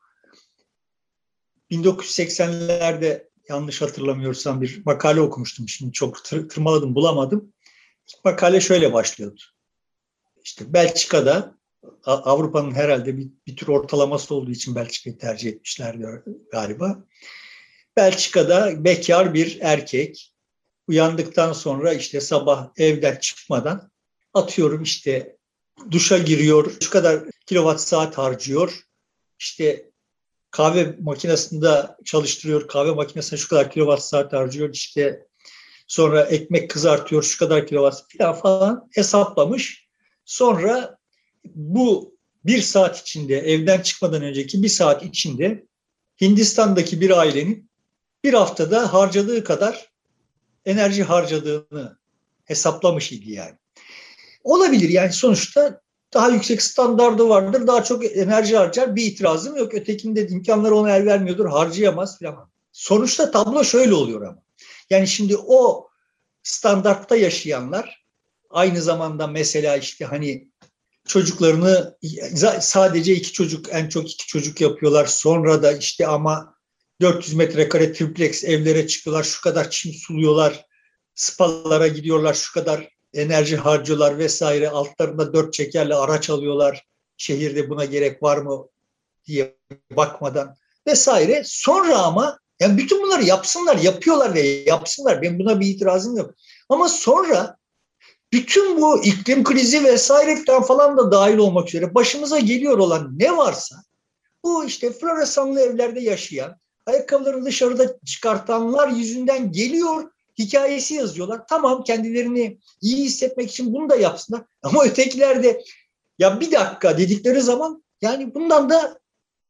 1980'lerde yanlış hatırlamıyorsam bir makale okumuştum. Şimdi çok tırmaladım, bulamadım. İlk makale şöyle başlıyordu. İşte Belçika'da Avrupa'nın herhalde bir tür ortalaması olduğu için Belçika'yı tercih etmişler galiba. Belçika'da bekar bir erkek uyandıktan sonra işte sabah evden çıkmadan atıyorum işte duşa giriyor, şu kadar kilowatt saat harcıyor. İşte kahve makinesinde çalıştırıyor, kahve makinesine şu kadar kilowatt saat harcıyor. İşte sonra ekmek kızartıyor, şu kadar kilowatt falan hesaplamış. Sonra bu bir saat içinde, evden çıkmadan önceki bir saat içinde Hindistan'daki bir ailenin bir haftada harcadığı kadar enerji harcadığını hesaplamış idi yani. Olabilir yani, sonuçta daha yüksek standardı vardır, daha çok enerji harcar, bir itirazım yok. Ötekinde imkanları ona el vermiyordur, harcayamaz falan. Sonuçta tablo şöyle oluyor ama. Yani şimdi o standartta yaşayanlar aynı zamanda mesela işte hani çocuklarını sadece 2 çocuk, en çok 2 çocuk yapıyorlar. Sonra da işte ama 400 metrekare triplex evlere çıkıyorlar. Şu kadar çim suluyorlar. Spalara gidiyorlar. Şu kadar enerji harcıyorlar vesaire. Altlarında 4 çekerli araç alıyorlar. Şehirde buna gerek var mı diye bakmadan vesaire. Sonra ama yani bütün bunları yapsınlar, yapıyorlar ve yapsınlar. Ben buna bir itirazım yok. Ama sonra bütün bu iklim krizi vesaire falan da dahil olmak üzere başımıza geliyor olan ne varsa, bu işte floresanlı evlerde yaşayan, ayakkabılarını dışarıda çıkartanlar yüzünden geliyor, hikayesi yazıyorlar. Tamam, kendilerini iyi hissetmek için bunu da yapsınlar. Ama ötekiler de ya bir dakika dedikleri zaman yani bundan da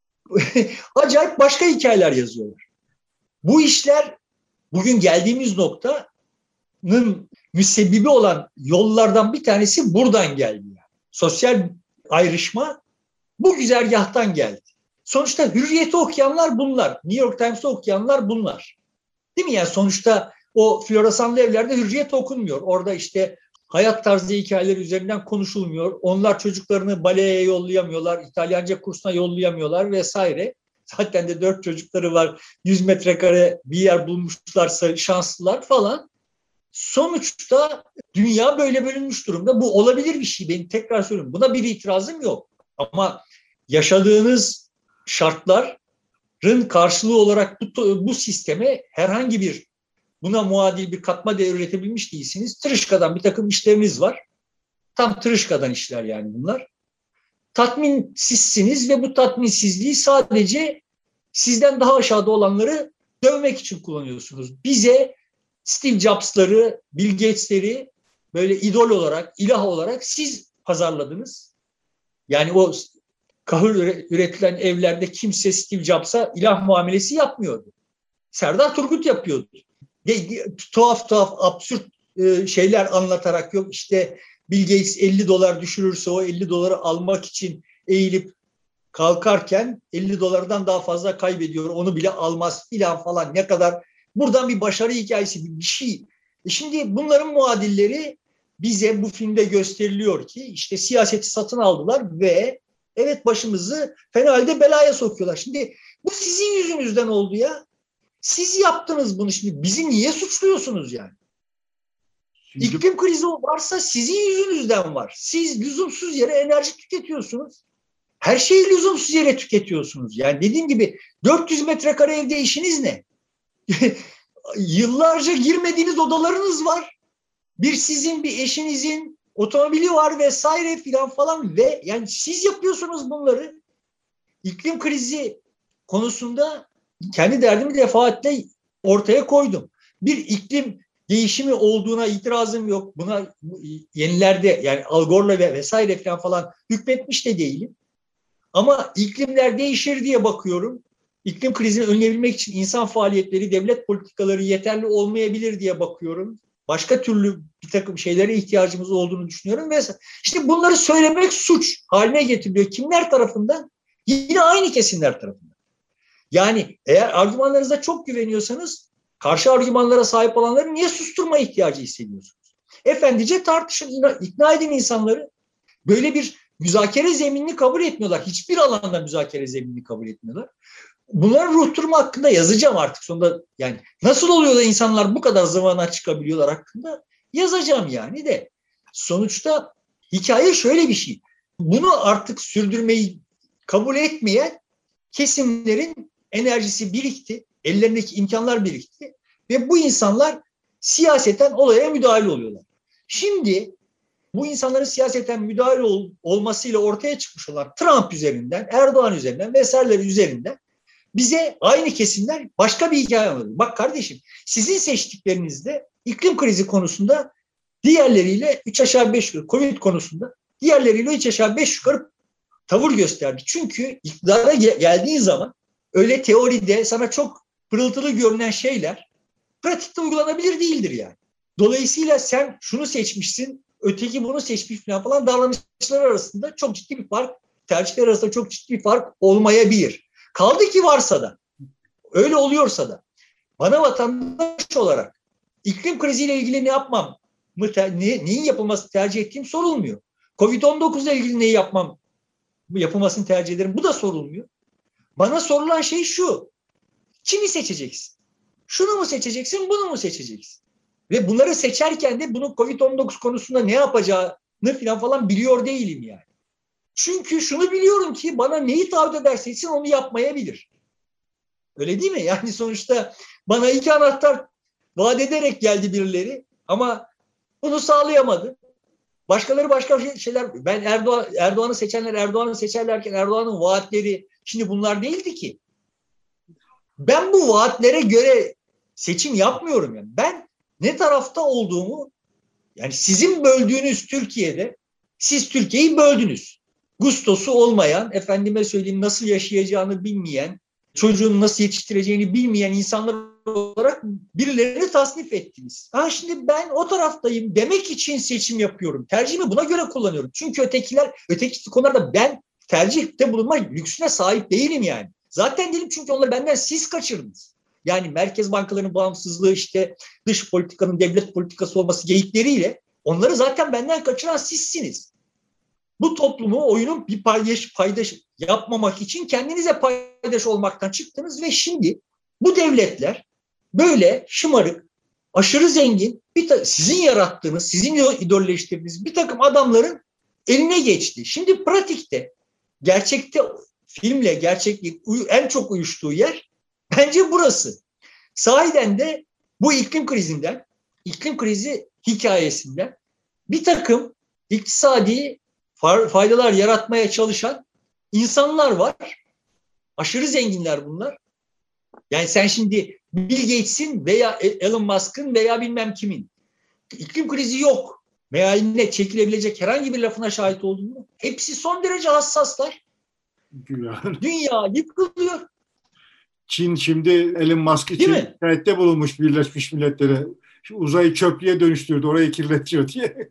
acayip başka hikayeler yazıyorlar. Bu işler bugün geldiğimiz noktanın müsebbibi olan yollardan bir tanesi buradan geldi. Sosyal ayrışma bu güzergahtan geldi. Sonuçta Hürriyet'i okuyanlar bunlar. New York Times'ı okuyanlar bunlar. Değil mi? Yani sonuçta o floresanlı evlerde Hürriyet okunmuyor. Orada işte hayat tarzı hikayeleri üzerinden konuşulmuyor. Onlar çocuklarını baleye yollayamıyorlar, İtalyanca kursuna yollayamıyorlar vesaire. Zaten de 4 çocukları var. 100 metrekare bir yer bulmuşlarsa şanslılar falan. Sonuçta dünya böyle bölünmüş durumda. Bu olabilir bir şey. Ben tekrar söylüyorum. Buna bir itirazım yok. Ama yaşadığınız şartların karşılığı olarak bu sisteme herhangi bir, buna muadil bir katma değer üretebilmiş değilsiniz. Tırışkadan bir takım işleriniz var. Tam tırışkadan işler yani bunlar. Tatminsizsiniz ve bu tatminsizliği sadece sizden daha aşağıda olanları dövmek için kullanıyorsunuz. Bize Steve Jobs'ları, Bill Gates'leri böyle idol olarak, ilah olarak siz pazarladınız. Yani o kahır üretilen evlerde kimse Steve Jobs'a ilah muamelesi yapmıyordu. Serdar Turgut yapıyordu. Tuhaf absürt şeyler anlatarak, yok işte Bill Gates 50 dolar düşürürse o 50 doları almak için eğilip kalkarken 50 dolardan daha fazla kaybediyor, onu bile almaz filan falan, ne kadar buradan bir başarı hikayesi, bir şey. Şimdi bunların muadilleri bize bu filmde gösteriliyor ki işte siyaseti satın aldılar ve evet, başımızı fena halde belaya sokuyorlar. Şimdi bu sizin yüzünüzden oldu ya. Siz yaptınız bunu, şimdi bizi niye suçluyorsunuz yani? Şimdi İklim krizi varsa sizin yüzünüzden var. Siz lüzumsuz yere enerji tüketiyorsunuz. Her şeyi lüzumsuz yere tüketiyorsunuz. Yani dediğim gibi 400 metrekare evde işiniz ne? Yıllarca girmediğiniz odalarınız var. Bir sizin, bir eşinizin otomobili var vesaire filan falan ve yani siz yapıyorsunuz bunları. İklim krizi konusunda kendi derdimi defaatle ortaya koydum. Bir iklim değişimi olduğuna itirazım yok. Buna yenilerde yani Al Gore'la vesaire falan hükmetmiş de değilim. Ama iklimler değişir diye bakıyorum. İklim krizini önleyebilmek için insan faaliyetleri, devlet politikaları yeterli olmayabilir diye bakıyorum. Başka türlü bir takım şeylere ihtiyacımız olduğunu düşünüyorum. Ve işte bunları söylemek suç haline getiriliyor. Kimler tarafından? Yine aynı kesimler tarafından. Yani eğer argümanlarınıza çok güveniyorsanız karşı argümanlara sahip olanları niye susturma ihtiyacı hissediyorsunuz? Efendice tartışın, ikna edin insanları. Böyle bir müzakere zeminini kabul etmiyorlar. Hiçbir alanda müzakere zeminini kabul etmiyorlar. Bunların ruh durumu hakkında yazacağım artık sonunda. Yani nasıl oluyor da insanlar bu kadar zamana çıkabiliyorlar hakkında yazacağım yani de. Sonuçta hikaye şöyle bir şey. Bunu artık sürdürmeyi kabul etmeyen kesimlerin enerjisi birikti, ellerindeki imkanlar birikti ve bu insanlar siyaseten olaya müdahale oluyorlar. Şimdi bu insanların siyaseten müdahale olmasıyla ortaya çıkmış olan Trump üzerinden, Erdoğan üzerinden vesaireler üzerinden bize aynı kesimler başka bir hikaye anlatıyor. Bak kardeşim, sizin seçtiklerinizde iklim krizi konusunda diğerleriyle 3 aşağı 5 yukarı, Covid konusunda diğerleriyle 3 aşağı 5 yukarı tavır gösterdi. Çünkü iktidara geldiğin zaman öyle teoride sana çok pırıltılı görünen şeyler pratikte uygulanabilir değildir yani. Dolayısıyla sen şunu seçmişsin, öteki bunu seçmiş falan davranışlar arasında çok ciddi bir fark, tercihler arasında çok ciddi bir fark olmayabilir. Kaldı ki varsa da, öyle oluyorsa da bana vatandaş olarak iklim kriziyle ilgili ne yapmam, neyin yapılması tercih ettiğim sorulmuyor. Covid-19 ile ilgili neyi yapılmasını tercih ederim. Bu da sorulmuyor. Bana sorulan şey şu: kimi seçeceksin? Şunu mu seçeceksin, bunu mu seçeceksin? Ve bunları seçerken de bunun Covid-19 konusunda ne yapacağını falan biliyor değilim yani. Çünkü şunu biliyorum ki bana neyi taahhüt ederse etsin onu yapmayabilir. Öyle değil mi? Yani sonuçta bana 2 anahtar vaat ederek geldi birileri ama bunu sağlayamadı. Başkaları başka şeyler. Ben Erdoğan'ı seçerlerken Erdoğan'ın vaatleri şimdi bunlar değildi ki. Ben bu vaatlere göre seçim yapmıyorum yani. Ben ne tarafta olduğumu, yani sizin böldüğünüz Türkiye'de siz Türkiye'yi böldünüz. Gustosu olmayan, efendime söyleyeyim nasıl yaşayacağını bilmeyen, çocuğunu nasıl yetiştireceğini bilmeyen insanlar olarak birilerini tasnif ettiniz. Şimdi ben o taraftayım demek için seçim yapıyorum. Tercihimi buna göre kullanıyorum. Çünkü öteki konularda ben tercihte bulunma lüksüne sahip değilim yani. Zaten değilim çünkü onları benden siz kaçırdınız. Yani merkez bankalarının bağımsızlığı, işte dış politikanın devlet politikası olması geyikleriyle onları zaten benden kaçıran sizsiniz. Bu toplumu oyunun bir paydaş yapmamak için kendinize paydaş olmaktan çıktınız ve şimdi bu devletler böyle şımarık, aşırı zengin, sizin yarattığınız, sizin idolleştirdiğiniz bir takım adamların eline geçti. Şimdi pratikte, gerçekte filmle gerçeklik en çok uyuştuğu yer bence burası. Sahiden de bu iklim krizi hikayesinden bir takım iktisadi faydalar yaratmaya çalışan insanlar var. Aşırı zenginler bunlar. Yani sen şimdi Bill Gates'in veya Elon Musk'ın veya bilmem kimin iklim krizi yok mealine çekilebilecek herhangi bir lafına şahit oldun mu? Hepsi son derece hassaslar. Dünya yıkılıyor. Çin şimdi Elon Musk için şikayette bulunmuş Birleşmiş Milletler'e. Uzayı çöplüğe dönüştürdü, orayı kirletiyor diye.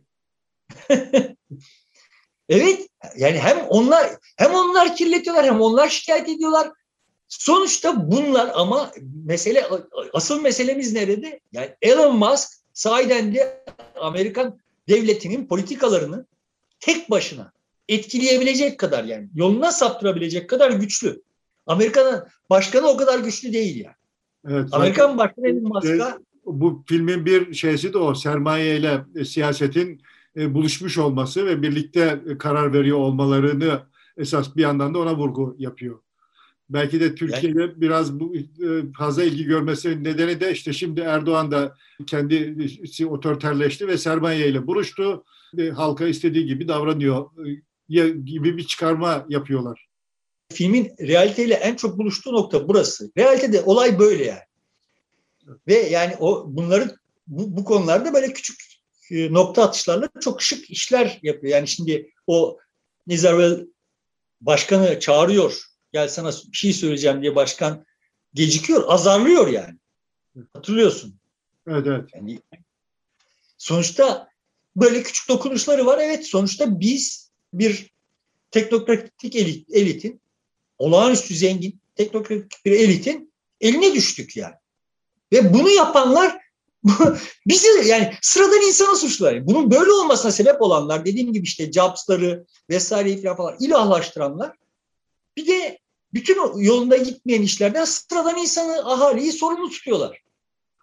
Evet, yani hem onlar kirletiyorlar hem onlar şikayet ediyorlar. Sonuçta bunlar ama asıl meselemiz nerede? Yani Elon Musk sahiden de Amerikan devletinin politikalarını tek başına etkileyebilecek kadar, yani yoluna saptırabilecek kadar güçlü. Amerika'nın başkanı o kadar güçlü değil yani. Evet, Amerikan başkanı Elon Musk'a bu filmin bir şeysi de o, sermaye ile siyasetin buluşmuş olması ve birlikte karar veriyor olmalarını esas bir yandan da ona vurgu yapıyor. Belki de Türkiye'de biraz fazla ilgi görmesinin nedeni de işte şimdi Erdoğan da kendisi otoriterleşti ve sermaye ile buluştu. Halka istediği gibi davranıyor gibi bir çıkarma yapıyorlar. Filmin realiteyle en çok buluştuğu nokta burası. Realitede olay böyle yani. Ve yani bunların bu konularda böyle küçük nokta atışlarla çok şık işler yapıyor. Yani şimdi o Nizarvel başkanı çağırıyor. Gel sana bir şey söyleyeceğim diye başkan gecikiyor, azarlıyor yani. Hatırlıyorsun. Evet. Yani sonuçta böyle küçük dokunuşları var. Evet, sonuçta biz bir teknokratik elitin, olağanüstü zengin teknokratik bir elitin eline düştük yani. Ve bunu yapanlar bizi, yani sıradan insanı suçlular. Yani bunun böyle olmasına sebep olanlar, dediğim gibi işte Jobs'ları vesaireyi falan ilahlaştıranlar, bir de bütün yolunda gitmeyen işlerden sıradan insanı, ahaliyi sorumlu tutuyorlar.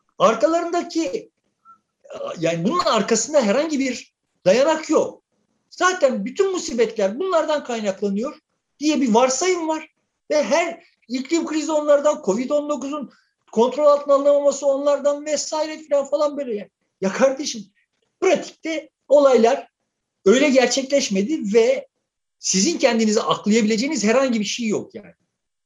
Arkalarındaki, yani bunun arkasında herhangi bir dayanak yok. Zaten bütün musibetler bunlardan kaynaklanıyor diye bir varsayım var. Ve her iklim krizi onlardan, Covid-19'un kontrol altına alınamaması onlardan vesaire falan böyle. Ya kardeşim, pratikte olaylar öyle gerçekleşmedi ve sizin kendinizi aklayabileceğiniz herhangi bir şey yok yani.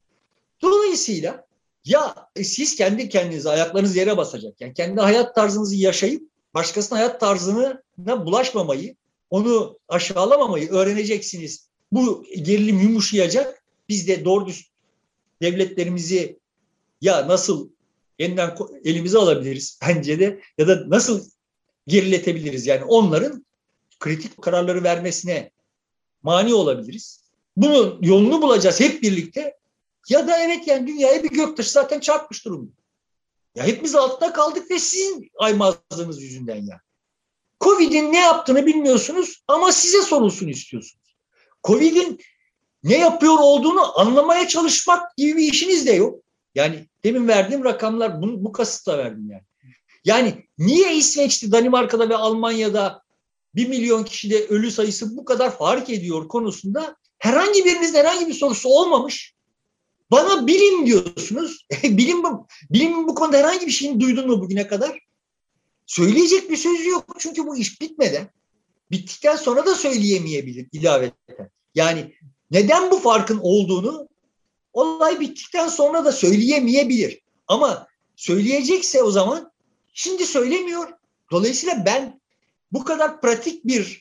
Dolayısıyla ya siz kendi kendinize ayaklarınız yere basacak. Yani kendi hayat tarzınızı yaşayıp başkasının hayat tarzına bulaşmamayı, onu aşağılamamayı öğreneceksiniz. Bu gerilim yumuşayacak. Biz de doğru düz devletlerimizi ya nasıl yeniden elimize alabiliriz bence de, ya da nasıl geriletebiliriz? Yani onların kritik kararları vermesine mani olabiliriz. Bunun yolunu bulacağız hep birlikte. Ya da evet, yani dünyaya bir göktaşı zaten çarpmış durumda. Ya hepimiz altında kaldık ve sizin aymazlığınız yüzünden ya. Covid'in ne yaptığını bilmiyorsunuz ama size sorulsun istiyorsunuz. Covid'in ne yapıyor olduğunu anlamaya çalışmak gibi bir işiniz de yok. Yani demin verdiğim rakamlar bu kasıtla verdim yani. Yani niye İsveç'te, Danimarka'da ve Almanya'da 1 milyon kişide ölü sayısı bu kadar fark ediyor konusunda herhangi birinizin herhangi bir sorusu olmamış. Bana bilim diyorsunuz. Bilimin bu konuda herhangi bir şeyini duydun mu bugüne kadar? Söyleyecek bir sözü yok çünkü bu iş bitmeden. Bittikten sonra da söyleyemeyebilir ilaveten. Yani neden bu farkın olduğunu olay bittikten sonra da söyleyemeyebilir. Ama söyleyecekse o zaman şimdi söylemiyor. Dolayısıyla ben bu kadar pratik bir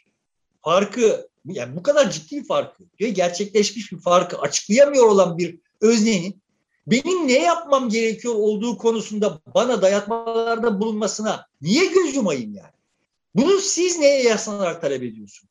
farkı, yani bu kadar ciddi bir farkı ve gerçekleşmiş bir farkı açıklayamıyor olan bir öznenin benim ne yapmam gerekiyor olduğu konusunda bana dayatmalarda bulunmasına niye göz yumayım yani? Bunu siz neye yaslanarak talep ediyorsunuz?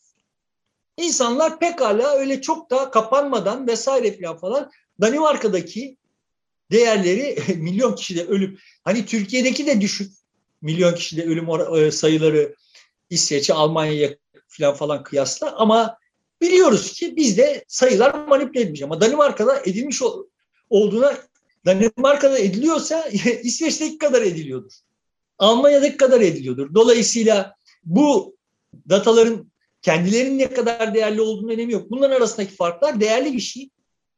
İnsanlar pekala öyle çok da kapanmadan vesaire falan Danimarka'daki değerleri milyon kişide ölüm, hani Türkiye'deki de düşük milyon kişide ölüm sayıları İsveç'e, Almanya'ya falan kıyasla, ama biliyoruz ki bizde sayılar manipüle edilmiş, ama Danimarka'da edilmiş olduğuna, Danimarka'da ediliyorsa İsveç'teki kadar ediliyordur. Almanya'daki kadar ediliyordur. Dolayısıyla bu dataların kendilerinin ne kadar değerli olduğunun önemi yok. Bunların arasındaki farklar değerli bir şey.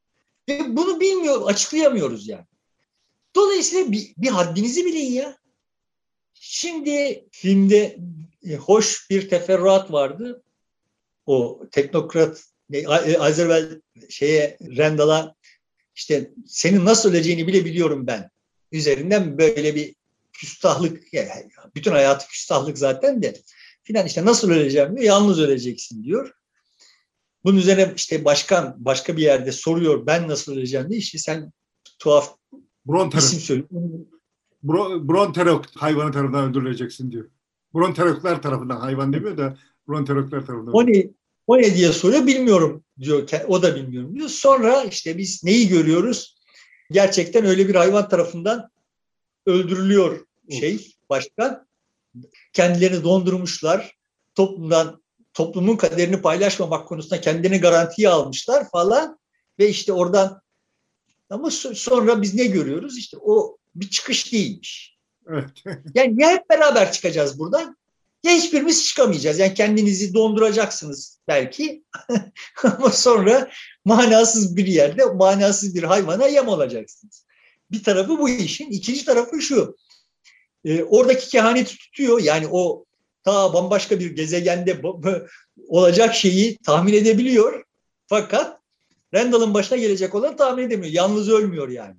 Ve bunu açıklayamıyoruz yani. Dolayısıyla bir haddinizi bilin ya. Şimdi filmde hoş bir teferruat vardı. O teknokrat Azerbaycan Randall'a işte senin nasıl öleceğini bile biliyorum ben. Üzerinden böyle bir küstahlık, yani bütün hayatı küstahlık zaten de filan, işte nasıl öleceğim diyor, yalnız öleceksin diyor. Bunun üzerine işte başkan başka bir yerde soruyor ben nasıl öleceğim diye, işte sen tuhaf isim söylüyorsun. Bronterok hayvanı tarafından öldürüleceksin diyor. Bronteroklar tarafından, hayvan demiyor da Bronteroklar tarafından. O ne diye soruyor, bilmiyorum diyor. O da bilmiyorum diyor. Sonra işte biz neyi görüyoruz? Gerçekten öyle bir hayvan tarafından öldürülüyor başkan. Kendilerini dondurmuşlar. Toplumun kaderini paylaşmamak konusunda kendilerini garantiye almışlar falan. Ve işte oradan, ama sonra biz ne görüyoruz? İşte o bir çıkış değilmiş. Evet. Yani ya hep beraber çıkacağız buradan, ya hiçbirimiz çıkamayacağız. Yani kendinizi donduracaksınız belki ama sonra manasız bir yerde, manasız bir hayvana yem olacaksınız. Bir tarafı bu işin. İkinci tarafı şu. Oradaki kehaneti tutuyor. Yani o ta bambaşka bir gezegende olacak şeyi tahmin edebiliyor. Fakat Randall'ın başına gelecek olan tahmin edemiyor. Yalnız ölmüyor yani.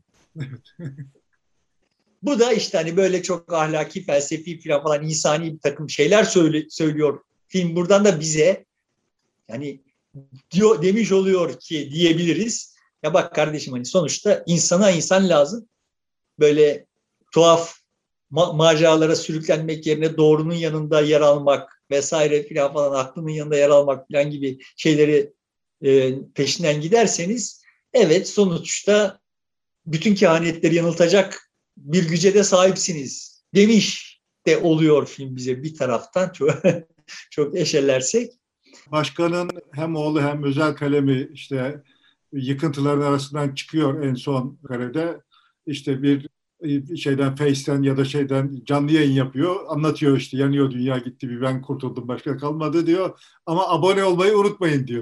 Bu da işte hani böyle çok ahlaki, felsefi falan insani bir takım şeyler söylüyor. Film buradan da bize yani demiş oluyor ki diyebiliriz. Ya bak kardeşim, hani sonuçta insana insan lazım. Böyle tuhaf maceralara sürüklenmek yerine doğrunun yanında yer almak vesaire falan, aklının yanında yer almak falan gibi şeyleri peşinden giderseniz, evet, sonuçta bütün kehanetleri yanıltacak bir güce de sahipsiniz demiş de oluyor film bize bir taraftan, çok eşelersek. Başkanın hem oğlu hem özel kalemi işte yıkıntıların arasından çıkıyor en son karede. İşte bir şeyden Face'ten ya da şeyden canlı yayın yapıyor. Anlatıyor işte yanıyor dünya gitti bir ben kurtuldum başka kalmadı diyor. Ama abone olmayı unutmayın diyor.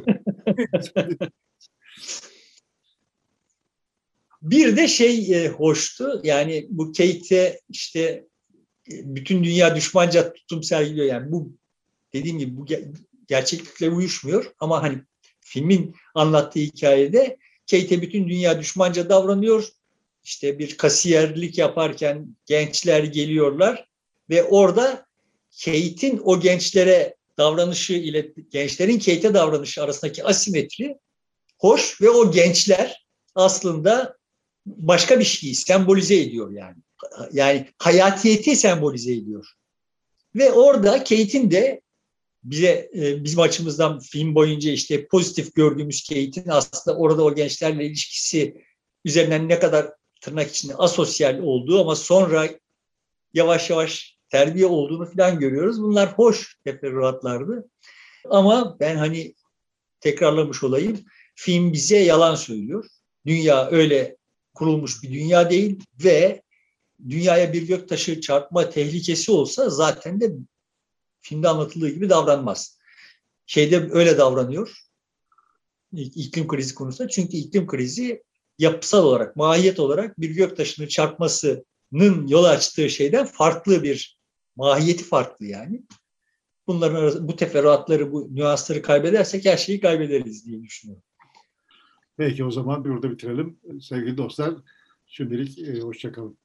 Bir de hoştu. Yani bu Kate'e işte bütün dünya düşmanca tutum sergiliyor. Yani bu dediğim gibi bu gerçeklikle uyuşmuyor. Ama hani filmin anlattığı hikayede Kate'e bütün dünya düşmanca davranıyor. İşte bir kasiyerlik yaparken gençler geliyorlar ve orada Kate'in o gençlere davranışı ile gençlerin Kate'e davranışı arasındaki asimetri hoş ve o gençler aslında başka bir şeyi sembolize ediyor yani. Yani hayatiyeti sembolize ediyor. Ve orada Kate'in de bizim açımızdan film boyunca işte pozitif gördüğümüz Kate'in aslında orada o gençlerle ilişkisi üzerinden ne kadar tırnak içinde asosyal olduğu ama sonra yavaş yavaş terbiye olduğunu falan görüyoruz. Bunlar hoş teferruatlardı. Ama ben hani tekrarlamış olayım. Film bize yalan söylüyor. Dünya öyle kurulmuş bir dünya değil ve dünyaya bir göktaşı çarpma tehlikesi olsa zaten de filmde anlatıldığı gibi davranmaz. Şeyde öyle davranıyor iklim krizi konusunda. Çünkü iklim krizi yapısal olarak, mahiyet olarak bir göktaşının çarpmasının yol açtığı şeyden farklı bir mahiyeti farklı yani. Bunların arasında bu teferruatları, bu nüansları kaybedersek her şeyi kaybederiz diye düşünüyorum. Peki o zaman burada bitirelim. Sevgili dostlar, şimdilik hoşça kalın.